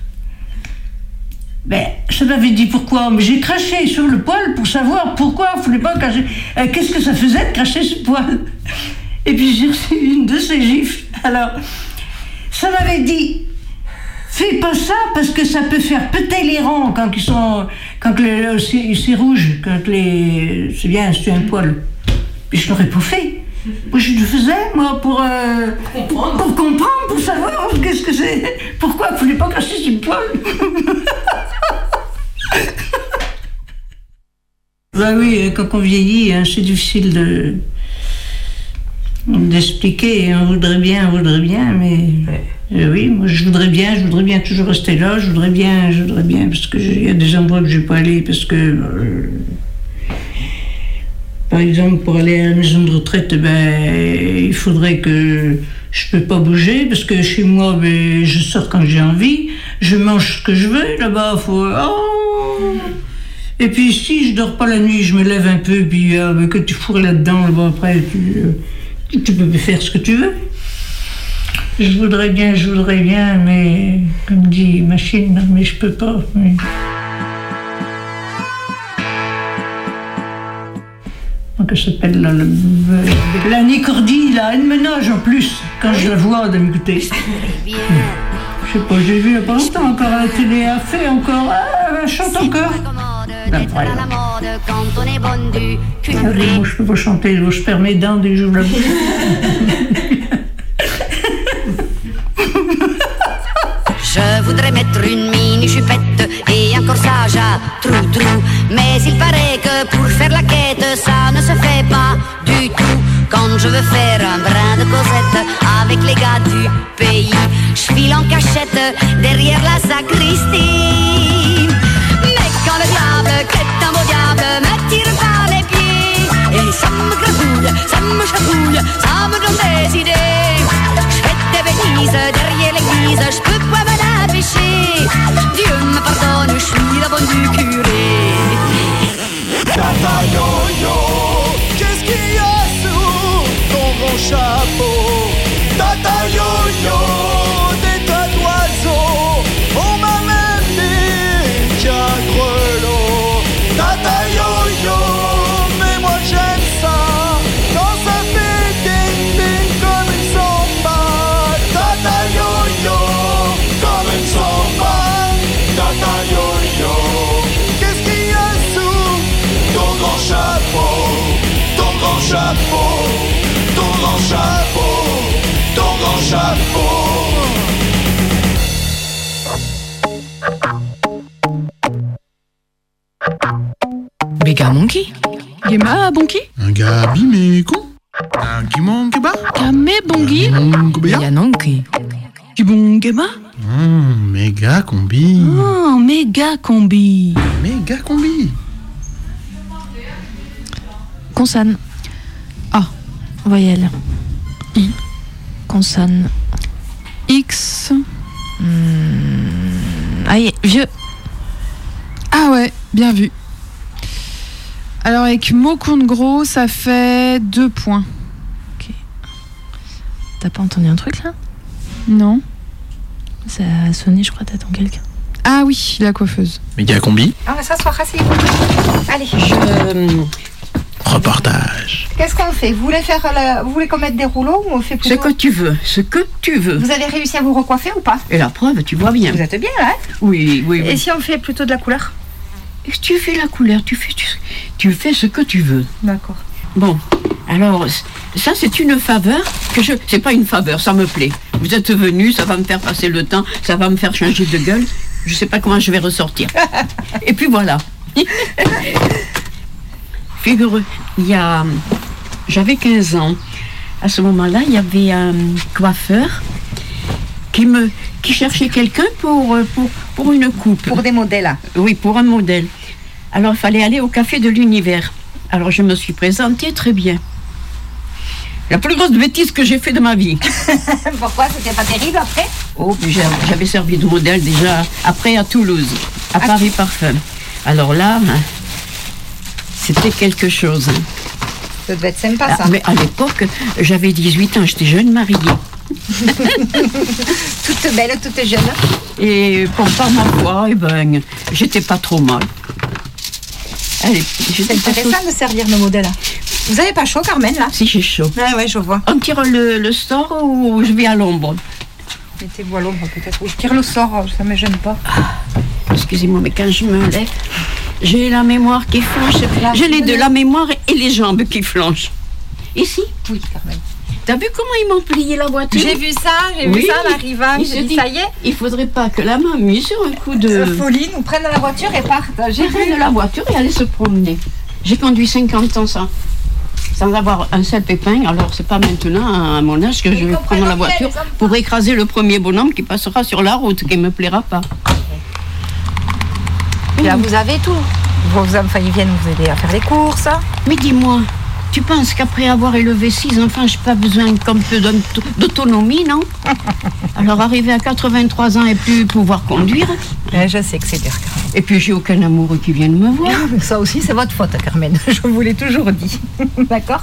Ben, je t'avais dit pourquoi, mais j'ai craché sur le poêle pour savoir pourquoi il ne fallait pas cracher. Euh, qu'est-ce que ça faisait de cracher sur le poêle? Et puis, j'ai reçu une de ces gifles. Alors, ça m'avait dit... Fais pas ça parce que ça peut faire péter les rangs quand ils sont, quand le, c'est, c'est rouge, quand les, c'est bien, c'est un poil. Puis je l'aurais pas fait. Moi je le faisais, moi, pour, euh, comprendre. pour comprendre, pour savoir qu'est-ce que c'est, pourquoi il fallait pas cracher sur le poil. Bah oui, quand on vieillit, hein, c'est difficile de d'expliquer. On voudrait bien, on voudrait bien, mais. Ouais. Euh, oui, moi je voudrais bien, je voudrais bien toujours rester là, je voudrais bien, je voudrais bien, parce qu'il y a des endroits que je ne vais pas aller, parce que, euh, par exemple, pour aller à la maison de retraite, ben, il faudrait que je ne peux pas bouger, parce que chez moi, ben, je sors quand j'ai envie, je mange ce que je veux, là-bas, il faut... Oh et puis ici, je dors pas la nuit, je me lève un peu, puis euh, ben, que tu fourres là-dedans, là-bas, après, tu, euh, tu peux faire ce que tu veux. Je voudrais bien, je voudrais bien, mais comme dit Machine, mais je peux pas. Mais... Comment ça s'appelle là, le... la Nicordie, là, elle me nage en plus, quand je la vois de m'écouter. Je sais pas, j'ai vu il y a pas longtemps encore à la télé, elle fait encore, elle chante encore. Incroyable. Allez, moi je peux pas chanter, je perds mes dents dès que j'ouvre la bouche. Je voudrais mettre une mini-jupette et un corsage à trou-trou. Mais il paraît que pour faire la quête, ça ne se fait pas du tout. Quand je veux faire un brin de Cosette avec les gars du pays, je file en cachette derrière la sacristie. Mais quand le diable, qui est un beau diable, me tire par les pieds, et ça me gratouille, ça me chatouille, ça me donne des idées. Je fais des bêtises derrière l'église, je peux pas me la pécher. Dieu me pardonne, je suis la bonne du curé. Tata yo-yo, qu'est-ce qu'il y a sous ton grand chapeau? Tata yo-yo, des tas d'oiseaux, on m'a même dit qu'un grelot. Tata yo-yo, mais moi j'aime ça, quand ça fait ding-ding comme une samba. Tata yo-yo, comme une samba. Tata yo-yo, qu'est-ce qu'il y a sous ton grand chapeau? Ton grand chapeau, ton grand chapeau, ton grand chapeau. Béga Monkey? Gema Bonky? Un gars abîmé con? Un qui manque bas? Kame bongi. Yanonki. Kibongema. Mmh, méga combi. Oh, méga combi. Méga combi. Consonne. A. Voyelle. I. Consonne. X. Mmh. Aïe, vieux. Ah ouais, bien vu. Alors avec mot compte gros, ça fait deux points. Ok. T'as pas entendu un truc là? Non. Ça a sonné, je crois, t'attends quelqu'un. Ah oui, la coiffeuse. Méga combi. On va s'asseoir, asseyez-vous. Allez. Je... Reportage. Qu'est-ce qu'on fait? Vous voulez faire la... Vous voulez qu'on mette des rouleaux ou on fait plutôt... Ce que tu veux, ce que tu veux. Vous avez réussi à vous recoiffer ou pas? Et la preuve, tu vois bien. Vous êtes bien là, hein? Oui, oui, oui. Et si on fait plutôt de la couleur? Et tu fais la couleur, tu fais, tu, tu fais ce que tu veux. D'accord. Bon, alors, ça c'est une faveur que je... C'est pas une faveur, ça me plaît. Vous êtes venus, ça va me faire passer le temps, ça va me faire changer de gueule. Je sais pas comment je vais ressortir. Et puis voilà. Figureux, il y a... J'avais quinze ans. À ce moment-là, il y avait un coiffeur qui me... qui cherchait quelqu'un pour, pour, pour une coupe. Pour des modèles. Oui, pour un modèle. Alors, il fallait aller au Café de l'Univers. Alors, je me suis présentée très bien. La plus grosse bêtise que j'ai fait de ma vie. Pourquoi? C'était pas terrible après? Oh, puis j'avais servi de modèle déjà après à Toulouse, à ah, Paris Parfum. Alors là, c'était quelque chose. Ça devait être sympa, ça. Ah, mais à l'époque, j'avais dix-huit ans, j'étais jeune mariée. Toute belle, toute jeune. Et pour par ma foi, eh ben, j'étais pas trop mal. Allez, c'est intéressant de servir nos modèles. Vous n'avez pas chaud, Carmen, là? Si, j'ai chaud. Ah ouais, je vois. On tire le, le sort ou je vais à l'ombre? Mettez-vous à l'ombre, peut-être. Oui, je tire le sort, ça ne me gêne pas. Ah, excusez-moi, mais quand je me lève, j'ai la mémoire qui flanche. J'ai les deux, la mémoire et les jambes qui flanchent. Ici? Oui, Carmen. T'as vu comment ils m'ont plié la voiture? J'ai vu ça, j'ai oui. vu ça en arrivant. J'ai dit, ça y est. Il faudrait pas que la mamie, sur un coup de... folie, nous prenne la voiture et parte. J'ai pris de la voiture et aller se promener. J'ai conduit cinquante ans sans, sans avoir un seul pépin. Alors c'est pas maintenant, à mon âge, que je vais prendre la voiture pour écraser le premier bonhomme qui passera sur la route, qui me plaira pas. Et là, vous avez tout. Vos enfants, ils viennent vous aider à faire les courses. Mais dis-moi, tu penses qu'après avoir élevé six enfants, je n'ai pas besoin comme peu d'autonomie, non? Alors arriver à quatre-vingt-trois ans et plus pouvoir conduire. Mais je sais que c'est dur, Carmen. Et puis j'ai aucun amoureux qui vienne me voir. Ça aussi, c'est votre faute, Carmen. Je vous l'ai toujours dit. D'accord?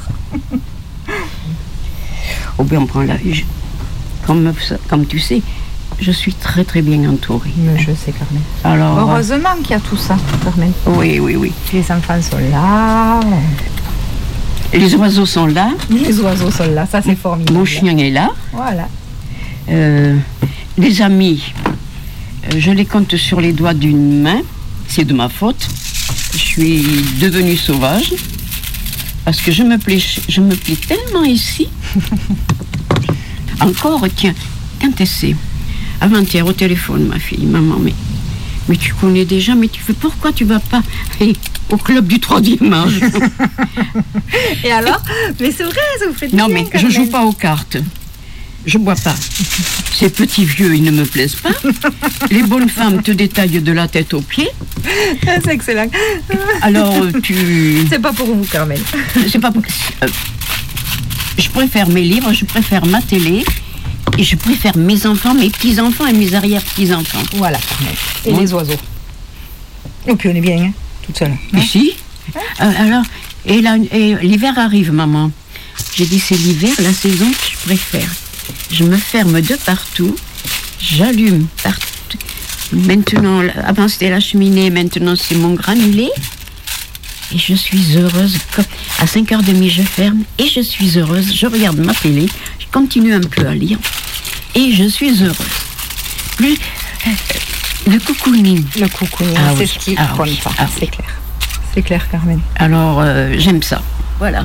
Oh bien, on prend la... Comme, comme tu sais, je suis très très bien entourée. Mais je sais, Carmen. Alors, heureusement qu'il y a tout ça, Carmen. Oui, oui, oui. Les enfants sont là. Les oiseaux sont là. Les oiseaux sont là, ça c'est formidable. Mon chien est là. Voilà. Euh, les amis, euh, je les compte sur les doigts d'une main. C'est de ma faute. Je suis devenue sauvage. Parce que je me plais, je me plais tellement ici. Encore, tiens, quand est-ce avant-hier au téléphone, ma fille, maman, mais, mais tu connais déjà, mais tu fais pourquoi tu vas pas hey, au club du troisième âge? Et alors? Mais c'est vrai, ça vous fait Non, bien, mais je joue pas aux cartes. Je bois pas. Ces petits vieux, ils ne me plaisent pas. Les bonnes femmes te détaillent de la tête aux pieds. C'est excellent. Alors, tu... C'est pas pour vous, Carmen. C'est pas pour... Euh, je préfère mes livres, je préfère ma télé. Et je préfère mes enfants, mes petits-enfants et mes arrière-petits-enfants. Voilà, Carmen. Et bon. Les oiseaux. Et puis on est bien, hein, toute seule. Hein? Ici hein? euh, Alors, et, là, et l'hiver arrive, maman. J'ai dit, c'est l'hiver, la saison que je préfère. Je me ferme de partout, j'allume partout. Maintenant, avant c'était la cheminée, maintenant c'est mon granulé. Et je suis heureuse. À cinq heures trente, je ferme et je suis heureuse. Je regarde ma télé, je continue un peu à lire et je suis heureuse. Plus, euh, le cocooning. Le cocooning, ah, c'est oui. ce qui ah, compte oui. pas. Ah, c'est clair. C'est clair, Carmen. Alors, euh, j'aime ça. Voilà.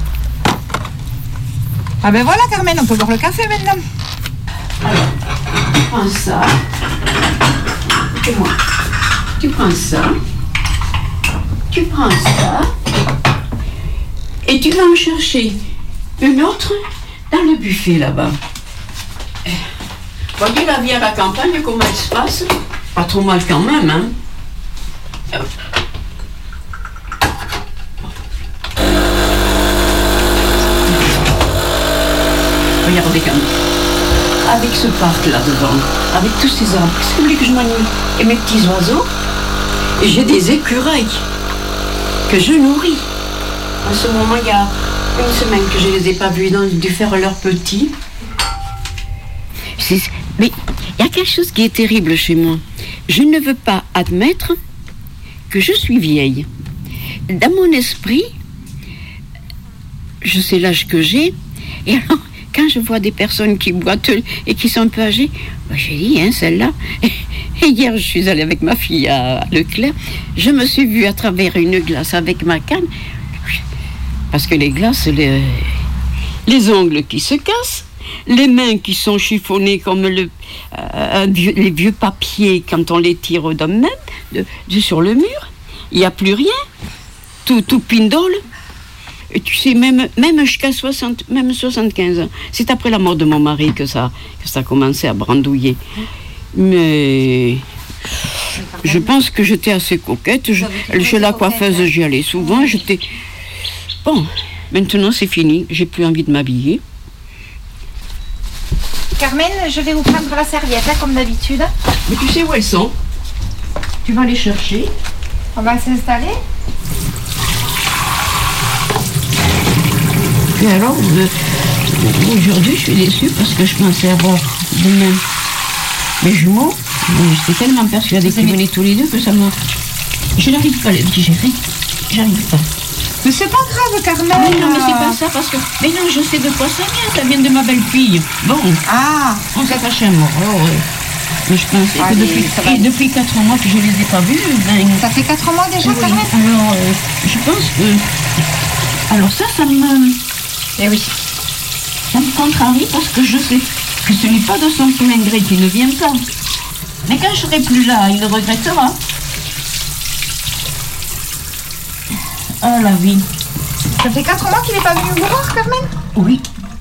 Ah ben voilà, Carmen, on peut boire le café maintenant. Alors, tu prends ça. Et moi. Tu prends ça. Tu prends ça. Et tu vas en chercher une autre dans le buffet là-bas. Voyez la vie à la campagne, comment elle se passe? Pas trop mal quand même, hein. Regardez quand même. Avec ce parc là devant, avec tous ces arbres, qu'est-ce que vous voulez que je m'ennuie? Et mes petits oiseaux, et j'ai des écureuils que je nourris. En ce moment, il y a une semaine que je ne les ai pas vus, ils ont dû faire leurs petits. C'est... Mais il y a quelque chose qui est terrible chez moi. Je ne veux pas admettre que je suis vieille. Dans mon esprit, je sais l'âge que j'ai, et alors, quand je vois des personnes qui boitent et qui sont un peu âgées, bah, j'ai dit, hein, celle-là. Et hier, je suis allée avec ma fille à Leclerc, je me suis vue à travers une glace avec ma canne, parce que les glaces, les, les ongles qui se cassent, les mains qui sont chiffonnées comme le, euh, vieux, les vieux papiers quand on les tire d'un même, de, de, sur le mur, il n'y a plus rien, tout, tout pindole. Et tu sais, même, même jusqu'à soixante, même soixante-quinze ans, c'est après la mort de mon mari que ça, que ça a commencé à brandouiller. Mais je pense que j'étais assez coquette. Je, chez la coiffeuse, j'y allais souvent. J'étais... Bon, maintenant c'est fini, j'ai plus envie de m'habiller. Carmen, je vais vous prendre la serviette, hein, comme d'habitude. Mais tu sais où elles sont? Tu vas les chercher. On va s'installer. Et alors, euh, aujourd'hui, je suis déçue parce que je pensais avoir demain mes jumeaux. J'étais tellement persuadée qu'ils venaient tous les deux que ça m'a... Je n'arrive pas à les digérer. J'arrive pas. Mais c'est pas grave, Carmen. Mais non, mais c'est pas ça parce que... Mais non, je sais de quoi ça vient. Ça vient de ma belle-fille. Bon. Ah. On s'est fâché à mort. Oh, ouais. Mais je pensais que Allez, depuis, ça va. et depuis quatre mois que je ne les ai pas vus, ben... Ça fait quatre mois déjà, oui. Carmen? Alors, euh, je pense que... Alors ça, ça me... Eh oui. Ça me contrarie parce que je sais que ce n'est pas de son plein gré qu'il ne vient pas. Mais quand je serai plus là, il le regrettera. Ah, la vie. Ça fait quatre mois qu'il n'est pas venu vous voir, Carmen? Oui.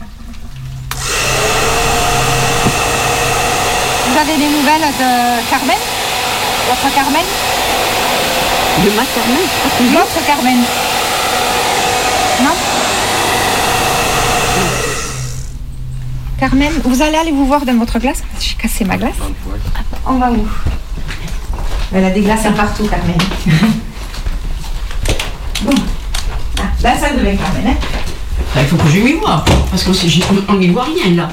Vous avez des nouvelles de Carmen? Votre Carmen? De ma Carmen? L'autre Carmen? Non? Carmen, vous allez aller vous voir dans votre glace? J'ai cassé ma glace. On va où? Elle a des glaces partout, Carmen. Bon. Ah, la salle de bain, Carmen. Hein? Il faut que je m'y vois, parce qu'on n'y voit rien là.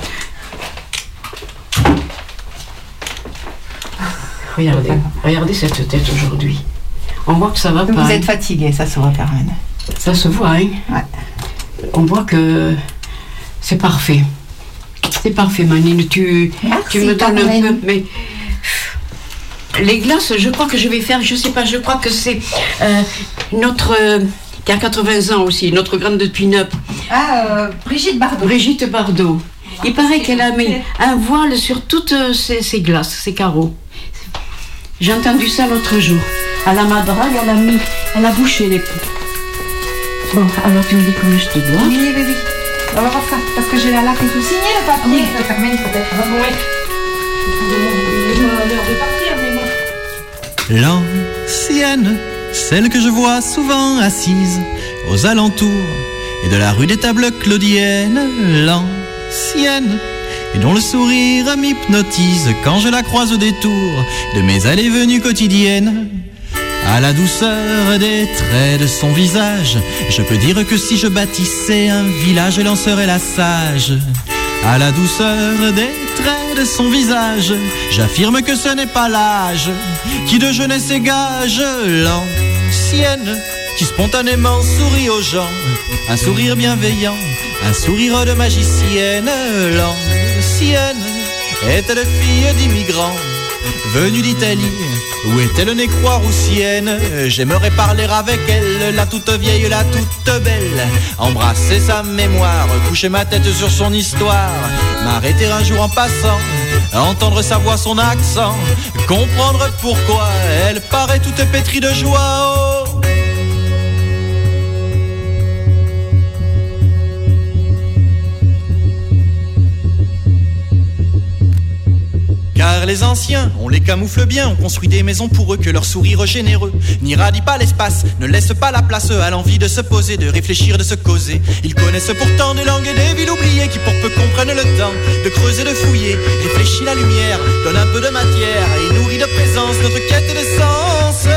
Regardez, regardez cette tête aujourd'hui. On voit que ça va pas. Vous hein. êtes fatiguée, ça se voit, Carmen. Ça se voit, hein? Ouais. On voit que c'est parfait. C'est parfait, Manine. Tu, Merci, tu me donnes Carmen. un peu. Mais les glaces, je crois que je vais faire, je sais pas, je crois que c'est euh, notre. Euh, qui a quatre-vingts ans aussi, notre grande pin-up. Ah, euh, Brigitte Bardot. Brigitte Bardot. Il paraît qu'elle a mis un voile sur toutes ces, ces glaces, ces carreaux. J'ai entendu ça l'autre jour. À la madrague, elle a mis, elle a bouché les poux. Bon, alors tu me dis combien je te dois? Oui, oui, oui. On va voir ça, parce que j'ai la laque et tout signé, le papier. Oui. Carmen, il faut peut-être. Ah, bon, ouais. L'heure de partir, mais moi. L'ancienne, celle que je vois souvent assise aux alentours et de la rue des Tables Claudiennes. L'ancienne, et dont le sourire m'hypnotise quand je la croise au détour de mes allées-venues quotidiennes. À la douceur des traits de son visage, je peux dire que si je bâtissais un village, elle en serait la sage. À la douceur des traits de son visage, j'affirme que ce n'est pas l'âge qui de jeunesse égage. L'ancienne, qui spontanément sourit aux gens, un sourire bienveillant, un sourire de magicienne. L'ancienne est-elle fille d'immigrants venue d'Italie, ou est-elle née croix-roussienne? J'aimerais parler avec elle, la toute vieille, la toute belle, embrasser sa mémoire, coucher ma tête sur son histoire, m'arrêter un jour en passant, entendre sa voix, son accent, comprendre pourquoi elle paraît toute pétrie de joie. Oh, les anciens, on les camoufle bien, on construit des maisons pour eux, que leur sourire généreux n'irradie pas l'espace, ne laisse pas la place à l'envie de se poser, de réfléchir, de se causer. Ils connaissent pourtant des langues et des villes oubliées, qui pour peu comprennent le temps de creuser, de fouiller, réfléchit la lumière, donne un peu de matière et nourrit de présence notre quête de sens.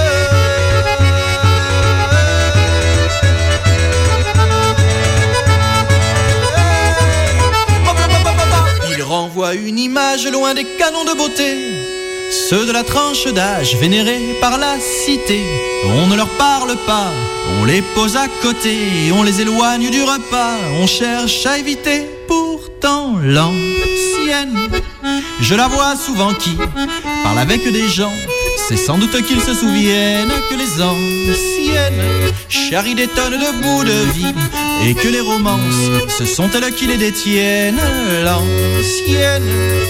Il renvoie une image loin des canons de beauté, ceux de la tranche d'âge vénérés par la cité. On ne leur parle pas, on les pose à côté, on les éloigne du repas, on cherche à éviter. Pourtant l'ancienne, je la vois souvent qui parle avec des gens, c'est sans doute qu'ils se souviennent que les anciennes charrient des tonnes de bouts de vie, et que les romances, ce sont elles qui les détiennent. L'ancienne,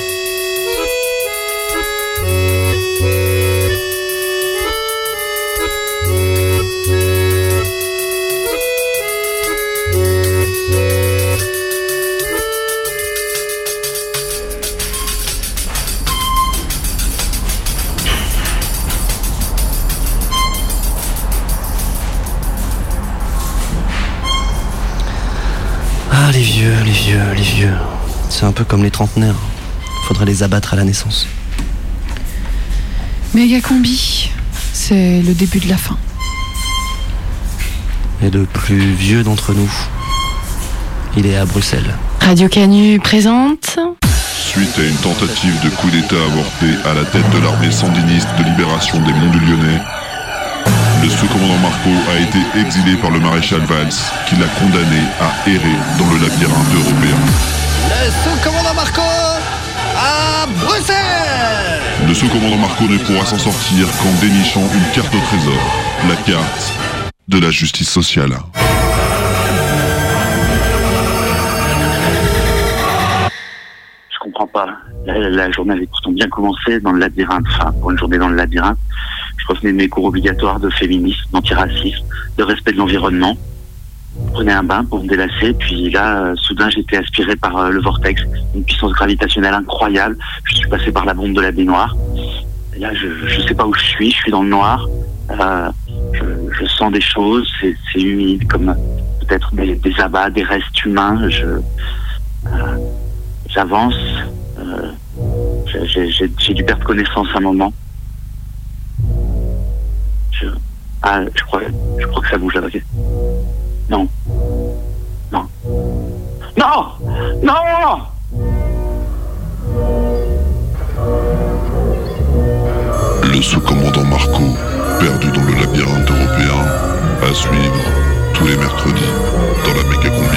Ah, les vieux, les vieux, les vieux. C'est un peu comme les trentenaires. Faudrait les abattre à la naissance. Mégacombi, c'est le début de la fin. Et le plus vieux d'entre nous, il est à Bruxelles. Radio Canu présente. Suite à une tentative de coup d'État avorté à la tête de l'armée sandiniste de libération des Monts du Lyonnais, le sous-commandant Marco a été exilé par le maréchal Valls, qui l'a condamné à errer dans le labyrinthe européen. Le sous-commandant Marco à Bruxelles. Le sous-commandant Marco ne pourra s'en sortir qu'en dénichant une carte au trésor, la carte de la justice sociale. Je comprends pas. La, la journée avait pourtant bien commencé dans le labyrinthe, enfin pour une journée dans le labyrinthe. Je revenais de mes cours obligatoires de féminisme, d'antiracisme, de respect de l'environnement. Je prenais un bain pour me délasser, puis là, euh, soudain, j'étais aspiré par euh, le vortex, une puissance gravitationnelle incroyable. Je suis passé par la bombe de la baignoire. Et là, je je sais pas où je suis, je suis dans le noir. Euh, je, je sens des choses, c'est, c'est humide, comme peut-être des, des abats, des restes humains. Je, euh, j'avance. Euh, j'ai, j'ai, j'ai dû perdre connaissance à un moment. Je... Ah, je crois, je crois que ça bouge là, ok. Non. Non. Non. Non. Le sous-commandant Marco, perdu dans le labyrinthe européen, à suivre tous les mercredis dans la Mégacombi.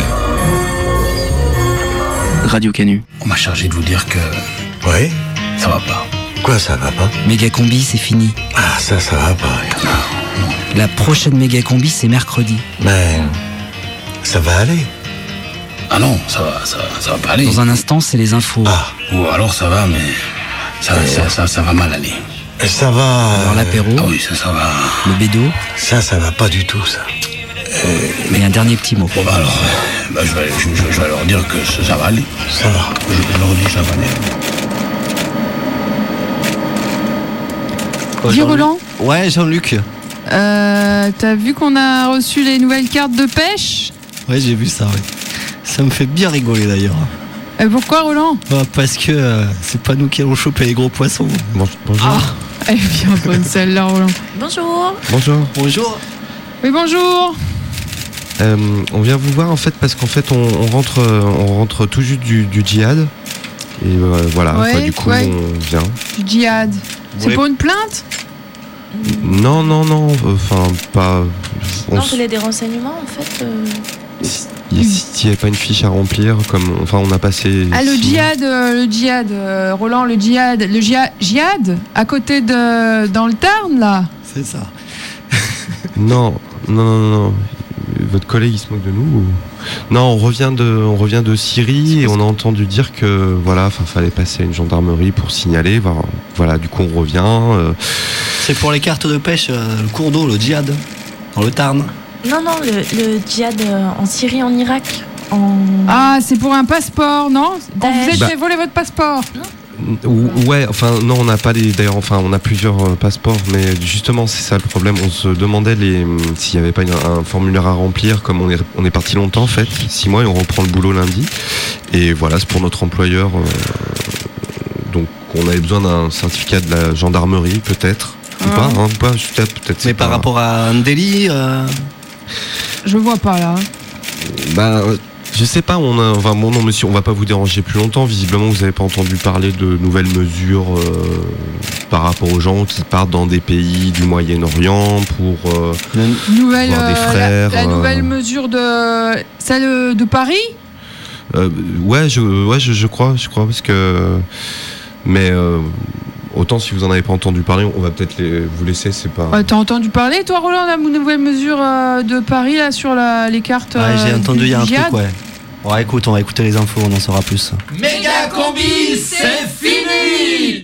Radio Canu. On m'a chargé de vous dire que... Ouais. Ça va pas. Quoi, ça va pas? Mégacombi, c'est fini. Ah, ça, ça va pas. La prochaine Mégacombi, c'est mercredi. Mais... ça va aller. Ah non, ça va, ça, ça va pas aller. Dans un instant, c'est les infos. Ah. Ou alors ça va, mais... Ça, Et ça, ça, ça va mal aller. Et ça va... Alors l'apéro. Ah oui, ça, ça va. Le bédo. Ça, ça va pas du tout, ça. Euh, mais un dernier petit mot. Bon, bah alors, bah, je, vais, je, je, je vais leur dire que ça, ça va aller. Ça va. Je vais leur dire que ça va aller. Dis Roland. Ouais, Jean-Luc. Euh, t'as vu qu'on a reçu les nouvelles cartes de pêche? Ouais, j'ai vu ça, ouais. Ça me fait bien rigoler d'ailleurs. Et pourquoi, Roland? Bah, parce que euh, c'est pas nous qui allons choper les gros poissons. Bon, bonjour. Ah, elle est bien bonne celle-là, Roland. Bonjour. Bonjour. Bonjour. Oui, bonjour. Euh, on vient vous voir en fait parce qu'en fait on, on rentre on rentre tout juste du, du djihad et euh, voilà Ouais, quoi, du coup ouais. on vient. Du djihad. C'est Ouais. pour une plainte? Non non non enfin pas. On Non, s- vous voulez des renseignements en fait euh, Il n'y avait pas une fiche à remplir comme enfin on a passé. Ah, le six- djihad, euh, le djihad, euh, Roland, le djihad, le djihad, djihad à côté de. Dans le Tarn, là. C'est ça. Non non non non. non. Votre collègue il se moque de nous ou... Non, on revient de, on revient de Syrie et on a entendu dire que voilà, enfin, fallait passer à une gendarmerie pour signaler. Voilà, voilà du coup on revient. euh, C'est pour les cartes de pêche, euh, le cours d'eau, le djihad, dans le Tarn. Non, non, le, le djihad euh, en Syrie, en Irak, en... Ah, c'est pour un passeport, non? On vous êtes Bah- fait voler votre passeport. Ouais, enfin non, on n'a pas les. D'ailleurs, enfin, on a plusieurs euh, passeports, mais justement, c'est ça le problème. On se demandait les s'il n'y avait pas une, un formulaire à remplir, comme on est on est parti longtemps en fait, six mois, et on reprend le boulot lundi. Et voilà, c'est pour notre employeur. Euh, donc, on avait besoin d'un certificat de la gendarmerie, peut-être, ah. ou pas, hein, pas, peut-être, peut-être. Mais par pas... rapport à un délit. Euh... Je vois pas là. Bah. Je sais pas, on a, enfin bon non monsieur, on va pas vous déranger plus longtemps. Visiblement, vous avez pas entendu parler de nouvelles mesures euh, par rapport aux gens qui partent dans des pays du Moyen-Orient pour euh, nouvelle, voir des frères. La, la nouvelle euh, mesure de celle de Paris. Euh, ouais, je, ouais, je, je crois, je crois parce que, mais euh, autant si vous en avez pas entendu parler, on va peut-être les, vous laisser. C'est pas. Ouais, t'as entendu parler, toi, Roland, de la nouvelle mesure euh, de Paris là sur la, les cartes. Ouais, j'ai euh, entendu il y a un Giad. truc, ouais. Ouais, écoute, on va écouter les infos, on en saura plus. Méga combi, c'est fini.